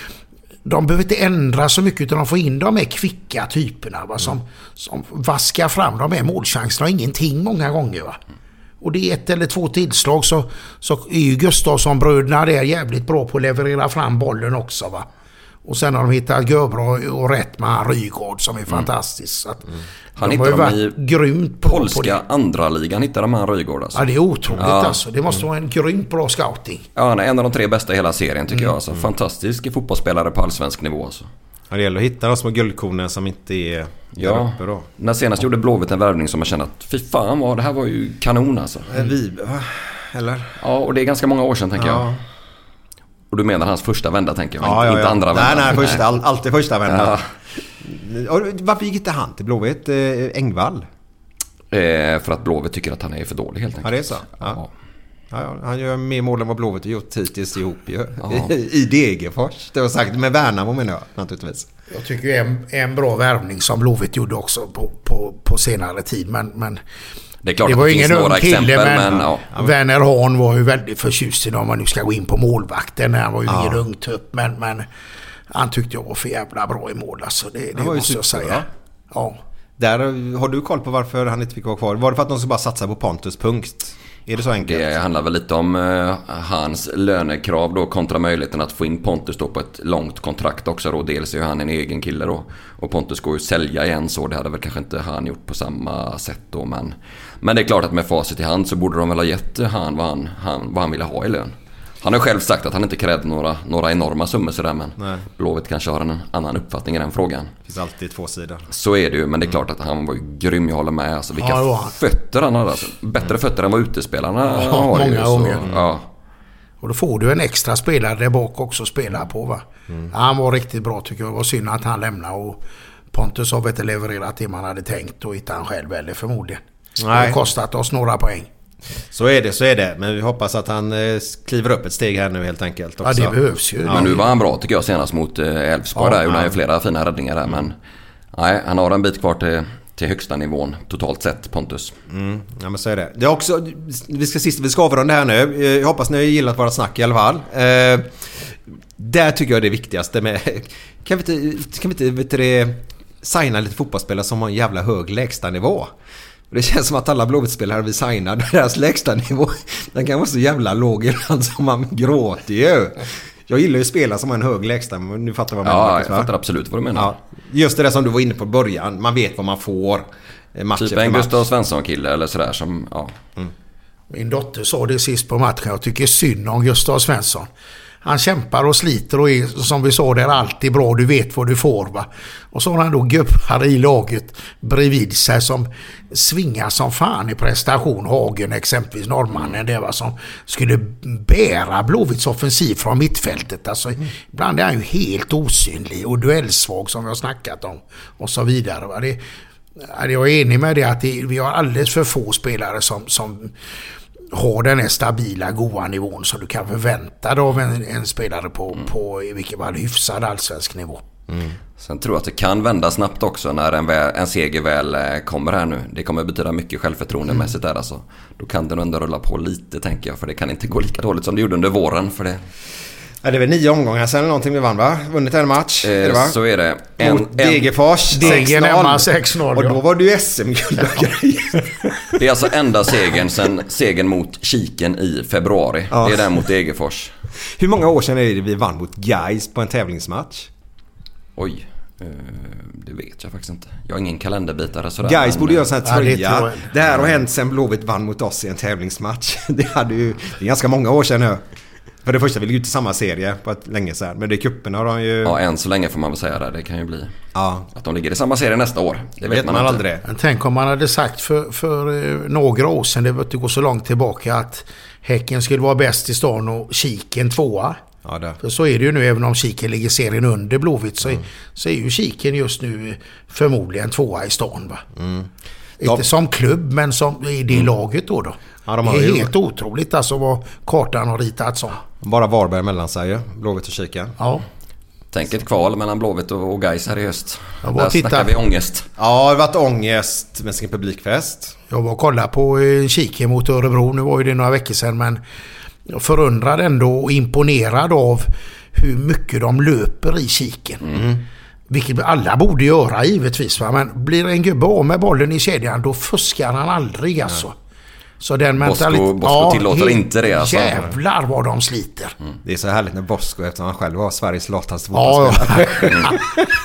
[SPEAKER 6] de behöver inte ändra så mycket utan de får in de här kvicka typerna som vaskar fram de här målchanserna och ingenting många gånger va. Och det är 1 eller 2 tillslag så är ju Gustafsson-bröderna där jävligt bra på att leverera fram bollen också va. Och sen har de hittat Görbra och rätt med Rygaard som är fantastisk. Så att
[SPEAKER 7] han hittar dem i
[SPEAKER 6] grymt
[SPEAKER 7] polska andra ligan hittar de här Rygaard alltså.
[SPEAKER 6] Ja, det är otroligt alltså. Det måste vara en grymt bra scouting.
[SPEAKER 7] Ja, han är en av de 3 bästa i hela serien tycker jag alltså. Fantastisk fotbollsspelare på allsvensk nivå alltså.
[SPEAKER 5] Ja, det gäller att hitta de små guldkornen som inte är där uppe då.
[SPEAKER 7] När senast gjorde Blåvitt en värvning som jag kände att fy fan det här var ju kanon alltså.
[SPEAKER 5] Eller?
[SPEAKER 7] Ja, och det är ganska många år sedan tänker jag. Och du menar hans första vända tänker jag, inte andra vända.
[SPEAKER 5] Nej, alltid första vända. Varför gick inte han till Blåvitt? Engvall?
[SPEAKER 7] För att Blåvitt tycker att han är för dålig helt enkelt.
[SPEAKER 5] Ja, det är så. Ja. Ja, han gör mer mål än vad Blåvitt har gjort hittills ihop i Degerfors. Det var sagt med Värnamo menar jag naturligtvis.
[SPEAKER 6] Jag tycker en bra värvning som Blåvitt gjorde också på senare tid. Men
[SPEAKER 7] det är klart
[SPEAKER 6] det
[SPEAKER 7] att
[SPEAKER 6] var
[SPEAKER 7] det finns
[SPEAKER 6] ingen
[SPEAKER 7] några exempel men
[SPEAKER 6] Werner Hahn var ju väldigt förtjust i om man nu ska gå in på målvakten. Han var ju ingen ung tupp men han tyckte jag var för jävla bra i mål alltså. Det måste jag säga. Ja.
[SPEAKER 5] Där har du koll på varför han inte fick vara kvar? Var det för att de ska bara satsa på Pontus punkt? Är det så enkelt?
[SPEAKER 7] Det handlar väl lite om hans lönekrav då kontra möjligheten att få in Pontus då på ett långt kontrakt också då. Dels är ju han en egen kille då och Pontus går ju sälja igen så det hade väl kanske inte han gjort på samma sätt då men det är klart att med facit i hand så borde de väl ha gett han vad han ville ha i lön. Han har själv sagt att han inte krävde några enorma summor sådär men Blåvitt kanske har en annan uppfattning i den frågan.
[SPEAKER 5] Det finns alltid 2 sidor.
[SPEAKER 7] Så är det ju, men det är klart att han var ju grym, jag håller med. Alltså, vilka fötter han hade. Alltså, bättre fötter än vad utespelarna har.
[SPEAKER 6] Många gånger.
[SPEAKER 7] Ja.
[SPEAKER 6] Och då får du en extra spelare där bak också att spela på va. Han var riktigt bra tycker jag. Det var synd att han lämnade och Pontus har inte levererat det man hade tänkt och inte han själv eller förmodligen. Det har kostat oss några poäng.
[SPEAKER 5] Så är det. Men vi hoppas att han kliver upp ett steg här nu helt enkelt också.
[SPEAKER 6] Ja, det behövs ju.
[SPEAKER 7] Men nu var han bra tycker jag senast mot Elfsborg där. Gjorde han ju flera fina räddningar där. Men nej, han har en bit kvar till högsta nivån totalt sett, Pontus.
[SPEAKER 5] Ja, men så är det. Det är också, vi ska avrunda här nu. Jag hoppas ni har gillat våra snack i alla fall. Där tycker jag det är viktigaste med... Kan vi inte signa lite fotbollsspelare som har en jävla hög lägsta nivå? Det känns som att alla Blåvitt-spelare vi signar deras lägsta nivå, den kan vara så jävla låg ibland som man gråter ju. Jag gillar ju spelare som har en hög lägsta, men nu fattar vad man menar.
[SPEAKER 7] Ja, jag fattar absolut vad du menar.
[SPEAKER 5] Ja, just det där som du var inne på början, man vet vad man får match
[SPEAKER 7] typ en Gustav Svensson-kille eller sådär som,
[SPEAKER 6] Min dotter sa det sist på matchen, jag tycker synd om Gustav Svensson. Han kämpar och sliter och är, som vi sa, det är alltid bra, du vet vad du får va. Och så har han då gubbar i laget bredvid sig som svingar som fan i prestation. Hagen exempelvis, norrmannen det var som skulle bära Blåvitts offensiv från mittfältet. Alltså, ibland är han ju helt osynlig och duellsvag som vi har snackat om och så vidare va. Jag är enig med det att vi har alldeles för få spelare som ha den här stabila, goda nivån som du kan förvänta dig av en spelare på i vilket fall hyfsad allsvensk nivå.
[SPEAKER 7] Sen tror jag att det kan vända snabbt också när en seger väl kommer här nu. Det kommer betyda mycket självförtroendemässigt där alltså. Då kan den ändå rulla på lite, tänker jag, för det kan inte gå lika dåligt som det gjorde under våren för det.
[SPEAKER 5] Ja, det är väl 9 omgångar sen eller någonting vi vann, va? Vunnit en match, är det, va?
[SPEAKER 7] Så är det.
[SPEAKER 5] Mot Degerfors,
[SPEAKER 6] Degen hemma 6-0.
[SPEAKER 5] Och då var det ju SM-guld och grejer.
[SPEAKER 7] Det är alltså enda segern sen segern mot Kiken i februari. Ja. Det är den mot Degerfors.
[SPEAKER 5] Hur många år sedan är det vi vann mot Gais på en tävlingsmatch?
[SPEAKER 7] Oj, det vet jag faktiskt inte. Jag har ingen kalenderbitare sådär.
[SPEAKER 5] Gais borde göra en sån här tröja. Det här har hänt sen Blåvitt vann mot oss i en tävlingsmatch. Det är ganska många år sedan nu. För det första vill ju inte samma serie på ett länge sedan. Men det är kupperna de ju...
[SPEAKER 7] Ja, än så länge får man väl säga det. Det kan ju bli att de ligger i samma serie nästa år. Det vet man aldrig.
[SPEAKER 6] Tänk om man hade sagt för några år sedan, det vet inte gå så långt tillbaka, att Häcken skulle vara bäst i stan och Kiken 2.
[SPEAKER 5] Ja, det.
[SPEAKER 6] För så är det ju nu, även om Kiken ligger serien under Blåvitt så är ju Kiken just nu förmodligen 2 i stan, va? Inte som klubb, men som i det laget då.
[SPEAKER 5] Ja,
[SPEAKER 6] det är helt otroligt alltså vad kartan har ritat som.
[SPEAKER 5] Bara Varberg mellan sig, Blåvitt och Kiken.
[SPEAKER 6] Ja.
[SPEAKER 7] Tänk ett kval mellan Blåvitt och Gais här i höst.
[SPEAKER 6] Där
[SPEAKER 7] snackar vi ångest.
[SPEAKER 5] Ja, det har varit ångest med sin publikfest.
[SPEAKER 6] Jag var och kollade på Kiken mot Örebro, nu var ju det några veckor sedan, men jag förundrad ändå och imponerad av hur mycket de löper i Kiken. Vilket alla borde göra givetvis, va? Men blir en gubbe av med bollen i kedjan, då fuskar han aldrig alltså. Så den mentaliteten...
[SPEAKER 7] Bosko tillåter inte det alltså.
[SPEAKER 6] Jävlar vad de sliter.
[SPEAKER 5] Det är så härligt när Bosko, eftersom han själv var Sveriges lataste fotbollsspelare.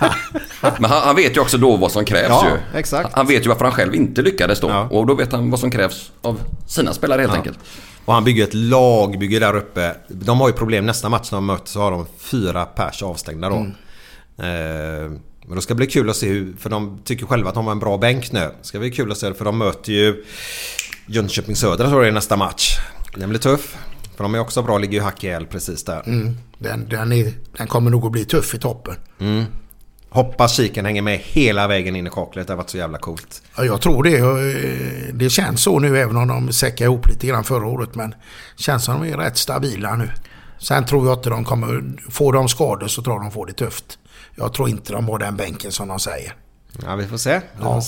[SPEAKER 7] Men han vet ju också då vad som krävs ju.
[SPEAKER 5] Exakt.
[SPEAKER 7] Han vet ju varför han själv inte lyckades då. Ja. Och då vet han vad som krävs av sina spelare helt enkelt.
[SPEAKER 5] Och han bygger ett lagbygge där uppe. De har ju problem nästa match när de möter, så har de 4 pers avstängda då. Men då ska det bli kul att se hur, för de tycker själva att de har en bra bänk nu. Det ska bli kul att se, för de möter ju Jönköping Södra tror jag i nästa match. Den blir tuff. För de är också bra, ligger ju hack i el precis där.
[SPEAKER 6] Den kommer nog att bli tuff i toppen.
[SPEAKER 5] Hoppas Kiken hänger med hela vägen in i kaklet. Det har varit så jävla coolt.
[SPEAKER 6] Ja, jag tror det. Det känns så nu, även om de säckade ihop lite grann förra året. Men känns som de är rätt stabila nu. Sen tror jag att de kommer få de skador, så tror de får det tufft. Jag tror inte de har den bänken som de säger.
[SPEAKER 5] Ja, vi får se.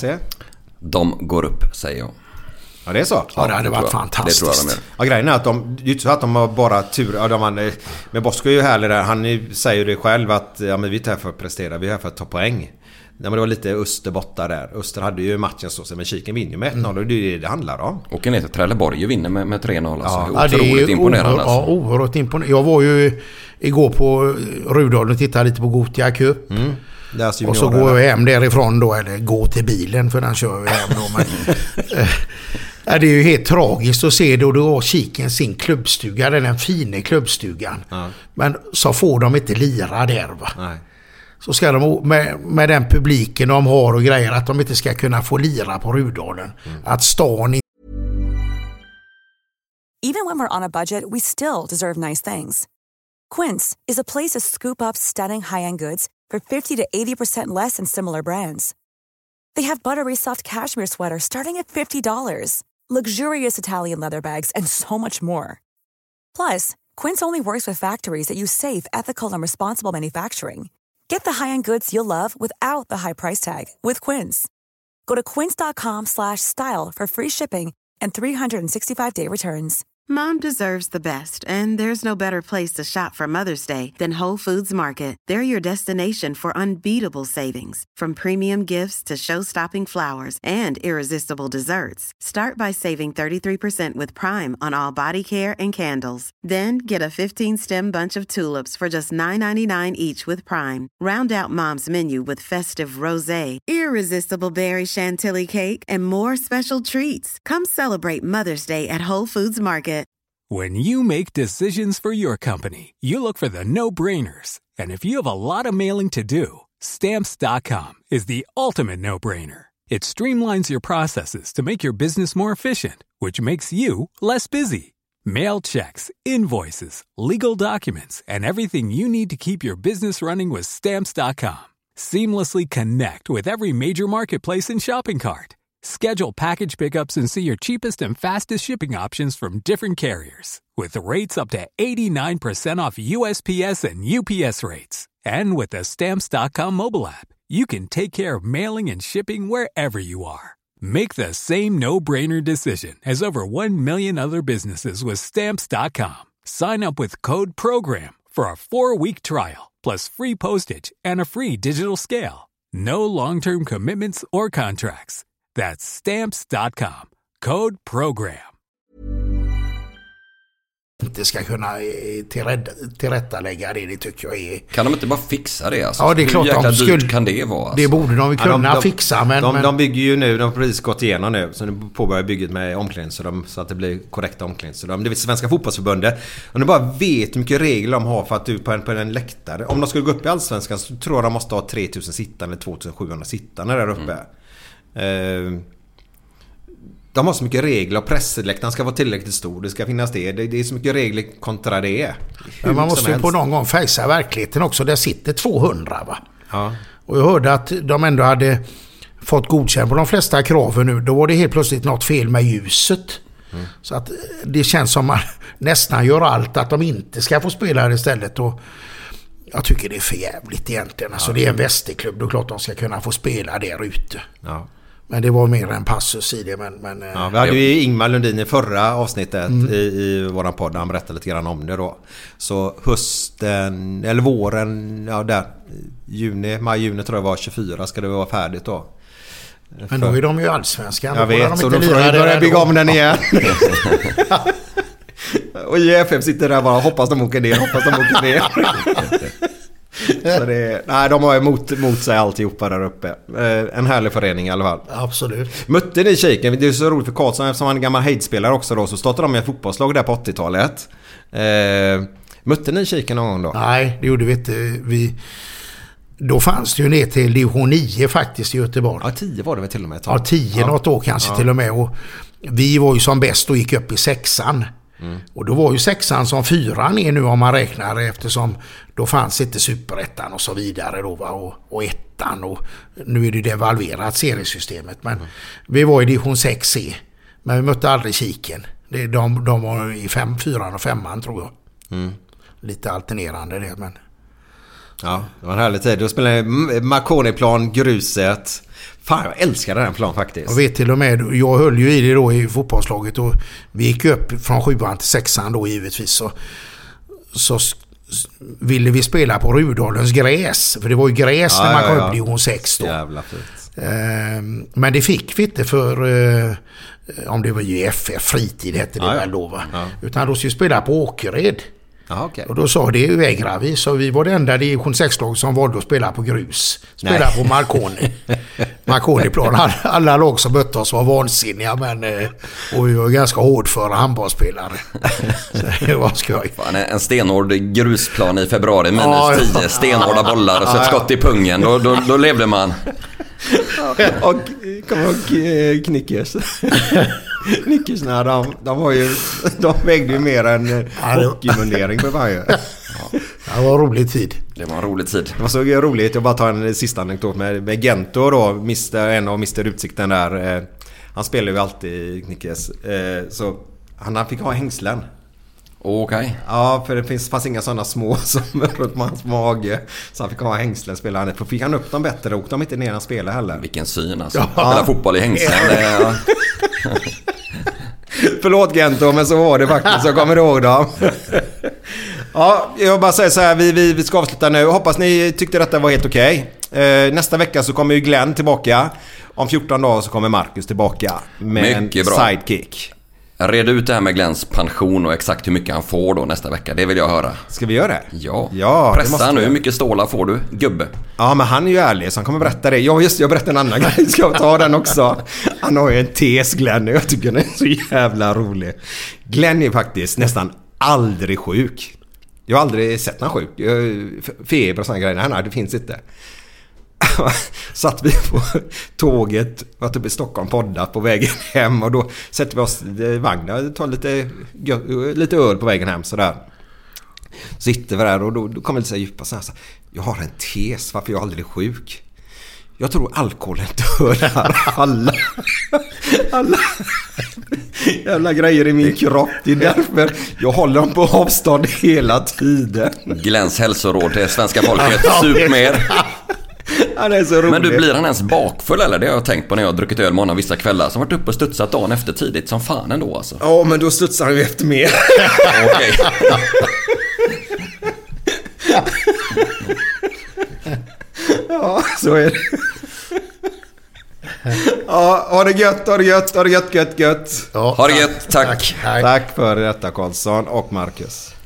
[SPEAKER 7] De går upp, säger jag.
[SPEAKER 5] Ja, det är så.
[SPEAKER 6] Ja, det hade varit fantastiskt. Det tror jag de är.
[SPEAKER 5] Ja, grejen är att det är inte så att de har bara tur. Ja, men Bosko är ju härlig där. Han säger ju det själv att men vi är inte här för att prestera, vi är här för att ta poäng. Ja, men det var lite Öster borta där. Öster hade ju matchen så, men Kiken vinner med 1-0 och det är det handlar om.
[SPEAKER 7] Och ner till Trelleborg och vinner med 3-0 alltså.
[SPEAKER 6] Ja,
[SPEAKER 7] otroligt imponerande.
[SPEAKER 6] Ja, oerhört imponerande. Jag var ju igår på Rudolf och tittade lite på Gothia Cup. Och så går jag hem därifrån då, eller gå till bilen, för den kör jag hem då. Men, det är ju helt tragiskt att se det, och då har Kiken sin klubbstuga, den fina klubbstugan. Men så får de inte lira där, va?
[SPEAKER 5] Nej.
[SPEAKER 6] Så ska de med den publiken de har och grejer, att de inte ska kunna få lira på Rudalen. Att stan...
[SPEAKER 9] Even when we're on a budget, we still deserve nice things. Quince is a place to scoop up stunning high-end goods for 50 to 80% less than similar brands. They have buttery soft cashmere sweaters starting at $50, luxurious Italian leather bags, and so much more. Plus, Quince only works with factories that use safe, ethical, and responsible manufacturing. Get the high-end goods you'll love without the high price tag with Quince. Go to quince.com/style for free shipping and 365-day returns.
[SPEAKER 11] Mom deserves the best, and there's no better place to shop for Mother's Day than Whole Foods Market. They're your destination for unbeatable savings, from premium gifts to show-stopping flowers and irresistible desserts. Start by saving 33% with Prime on all body care and candles. Then get a 15-stem bunch of tulips for just $9.99 each with Prime. Round out Mom's menu with festive rosé, irresistible berry chantilly cake, and more special treats. Come celebrate Mother's Day at Whole Foods Market.
[SPEAKER 12] When you make decisions for your company, you look for the no-brainers. And if you have a lot of mailing to do, Stamps.com is the ultimate no-brainer. It streamlines your processes to make your business more efficient, which makes you less busy. Mail checks, invoices, legal documents, and everything you need to keep your business running with Stamps.com. Seamlessly connect with every major marketplace and shopping cart. Schedule package pickups and see your cheapest and fastest shipping options from different carriers. With rates up to 89% off USPS and UPS rates. And with the Stamps.com mobile app, you can take care of mailing and shipping wherever you are. Make the same no-brainer decision as over 1 million other businesses with Stamps.com. Sign up with code PROGRAM for a 4-week trial, plus free postage and a free digital scale. No long-term commitments or contracts. That's Stamps.com. Code PROGRAM.
[SPEAKER 6] Inte ska kunna tillrättalägga det tycker jag är...
[SPEAKER 7] Kan de inte bara fixa det? Alltså?
[SPEAKER 6] Ja, det är klart de skulle...
[SPEAKER 7] kan det vara? Alltså?
[SPEAKER 6] Det borde de kunna fixa, men...
[SPEAKER 5] De bygger ju nu, de har precis gått igenom nu, så nu påbörjar bygget med omklädningsrum så att det blir korrekta omklädningsrum. Det är Svenska fotbollsförbundet. Om du bara vet hur mycket regler de har för att du på en läktare, om de skulle gå upp i Allsvenskan så tror jag de måste ha 3000 sittande eller 2700 sittande där uppe. De har så mycket regler och pressläktaren ska vara tillräckligt stor. Det ska finnas det är så mycket regler kontra det.
[SPEAKER 6] Men man måste ju på någon gång fejsa verkligheten också. Där sitter 200 va? Ja. Och jag hörde att de ändå hade fått godkänt på de flesta kraven nu. Då var det helt plötsligt något fel med ljuset. Så att det känns som man nästan gör allt att de inte ska få spela här istället. Och jag tycker det är för jävligt egentligen. Alltså det är en västerklubb. Då är klart de ska kunna få spela där ute. Ja. Men det var mer en passus i det. Men,
[SPEAKER 5] ja, vi hade ju Ingmar Lundin i förra avsnittet i våran podd. Han berättade lite grann om det då. Så hösten, eller våren, ja där, maj-juni tror jag var 24 ska det vara färdigt då.
[SPEAKER 6] Men då är de ju allsvenskan.
[SPEAKER 5] Jag vet, så då får de börja bygga om den igen. Och JFF sitter där bara, hoppas de åker ner. Så nej, de har emot sig alltihopa där uppe. En härlig förening i alla fall.
[SPEAKER 6] Absolut.
[SPEAKER 5] Mötte ni Kiken? Det är så roligt för Karlsson eftersom han är en gammal hejdspelare också då, så startade de med ett fotbollslag där på 80-talet. Mötte ni Kiken någon gång då?
[SPEAKER 6] Nej, det gjorde vi inte. Då fanns det ju ner till division 9 faktiskt i Göteborg.
[SPEAKER 5] Ja, 10 var det väl till och med.
[SPEAKER 6] Ja, 10 något år kanske till och med. Och vi var ju som bäst och gick upp i 6:an. Och då var ju 6:an som 4:an är nu om man räknar, eftersom då fanns inte superettan och så vidare då, och 1:an, och nu är det devalverat seriesystemet, men vi var i division 6C, men vi mötte aldrig Kiken. De var i 4:an och 5:an tror jag. Lite alternerande det, men
[SPEAKER 5] ja, det var en härlig tid. Då spelade Marconi-plan, gruset. Fan, jag älskar den plan faktiskt.
[SPEAKER 6] Jag vet till och med, jag höll ju i det då i fotbollslaget, och vi gick upp från 7:an till 6:an då givetvis, så ville vi spela på Rudolens gräs, för det var ju gräs när man kom upp i division 6 då.
[SPEAKER 5] Jävla fint.
[SPEAKER 6] Men det fick vi inte för om det var ju FF fritid hette det väl då va? Ja. Utan då skulle vi spela på Åkered.
[SPEAKER 5] Aha, okay.
[SPEAKER 6] Och då sa det vägrade vi, så vi var det enda division 6-lag som valde att spela på grus. Spela på Marconi-plan. Alla lag som mötte oss var vansinniga, men och vi var ganska hårdföra handbollsspelare. Så det var skoj.
[SPEAKER 7] Fan, en stenhård grusplan i februari, -10, stenhårda bollar och så ett skott i pungen. Då levde man.
[SPEAKER 5] Och kom ihåg Knickers. Knickersna, de vägde ju mer än hockeymundering på varje.
[SPEAKER 6] Det var en rolig tid.
[SPEAKER 7] Det var en rolig tid.
[SPEAKER 5] Det var så roligt. Jag bara tar en sista anekdot med Gento då, en av Mr. Utsikten där. Han spelar ju alltid i Knickers. Så han fick ha hängslen.
[SPEAKER 7] Okej.
[SPEAKER 5] Ja, för det fanns inga sådana små som runt hans mage. Så han fick ha hängslen, spela han. För fick han upp dem bättre och de inte ner han spelar heller.
[SPEAKER 7] Vilken syn alltså. Spela fotboll i hängslen.
[SPEAKER 5] Förlåt Gento, men så var det faktiskt. Jag kommer ihåg dem. Ja, jag bara säger så här, vi ska avsluta nu. Hoppas ni tyckte detta var helt okej. Nästa vecka så kommer ju Glenn tillbaka. Om 14 dagar så kommer Marcus tillbaka med mycket en sidekick.
[SPEAKER 7] Red ut det här med Glenns pension och exakt hur mycket han får då nästa vecka. Det vill jag höra.
[SPEAKER 5] Ska vi göra det?
[SPEAKER 7] Ja. Pressa nu, hur mycket stålar får du, gubbe?
[SPEAKER 5] Ja, men han är ju ärlig så han kommer berätta det. Jag berättar en annan grej. Ska jag ta den också? Han har ju en tes, Glenn. Jag tycker den är så jävla rolig. Glenn är faktiskt nästan aldrig sjuk. Jag har aldrig sett han sjuk. Feber och sådana grejer. Nej, det finns inte. Satt vi på tåget, var typ i Stockholm, poddat på vägen hem, och då sätter vi oss i vagnen och tar lite öl på vägen hem sådär. Sitter vi där och då kommer det så här djupa så här, jag har en tes varför jag aldrig är sjuk. Jag tror alkoholen dödar alla jävla grejer i min kropp. Det är därför jag håller dem på avstånd hela tiden.
[SPEAKER 7] Gläns hälsoråd till svenska folket. Sup mer.
[SPEAKER 5] Han är så rolig.
[SPEAKER 7] Men du, blir han ens bakfull eller? Det har jag tänkt på när jag har druckit öl många vissa kvällar. Som varit uppe och studsat dagen efter tidigt som fan ändå alltså.
[SPEAKER 5] Ja, men då studsar han ju efter mer.
[SPEAKER 7] Okej.
[SPEAKER 5] Ja, så är det. Ja, ha det gött.
[SPEAKER 7] Ja, ha det gött, tack.
[SPEAKER 5] Tack för detta, Karlsson och Marcus.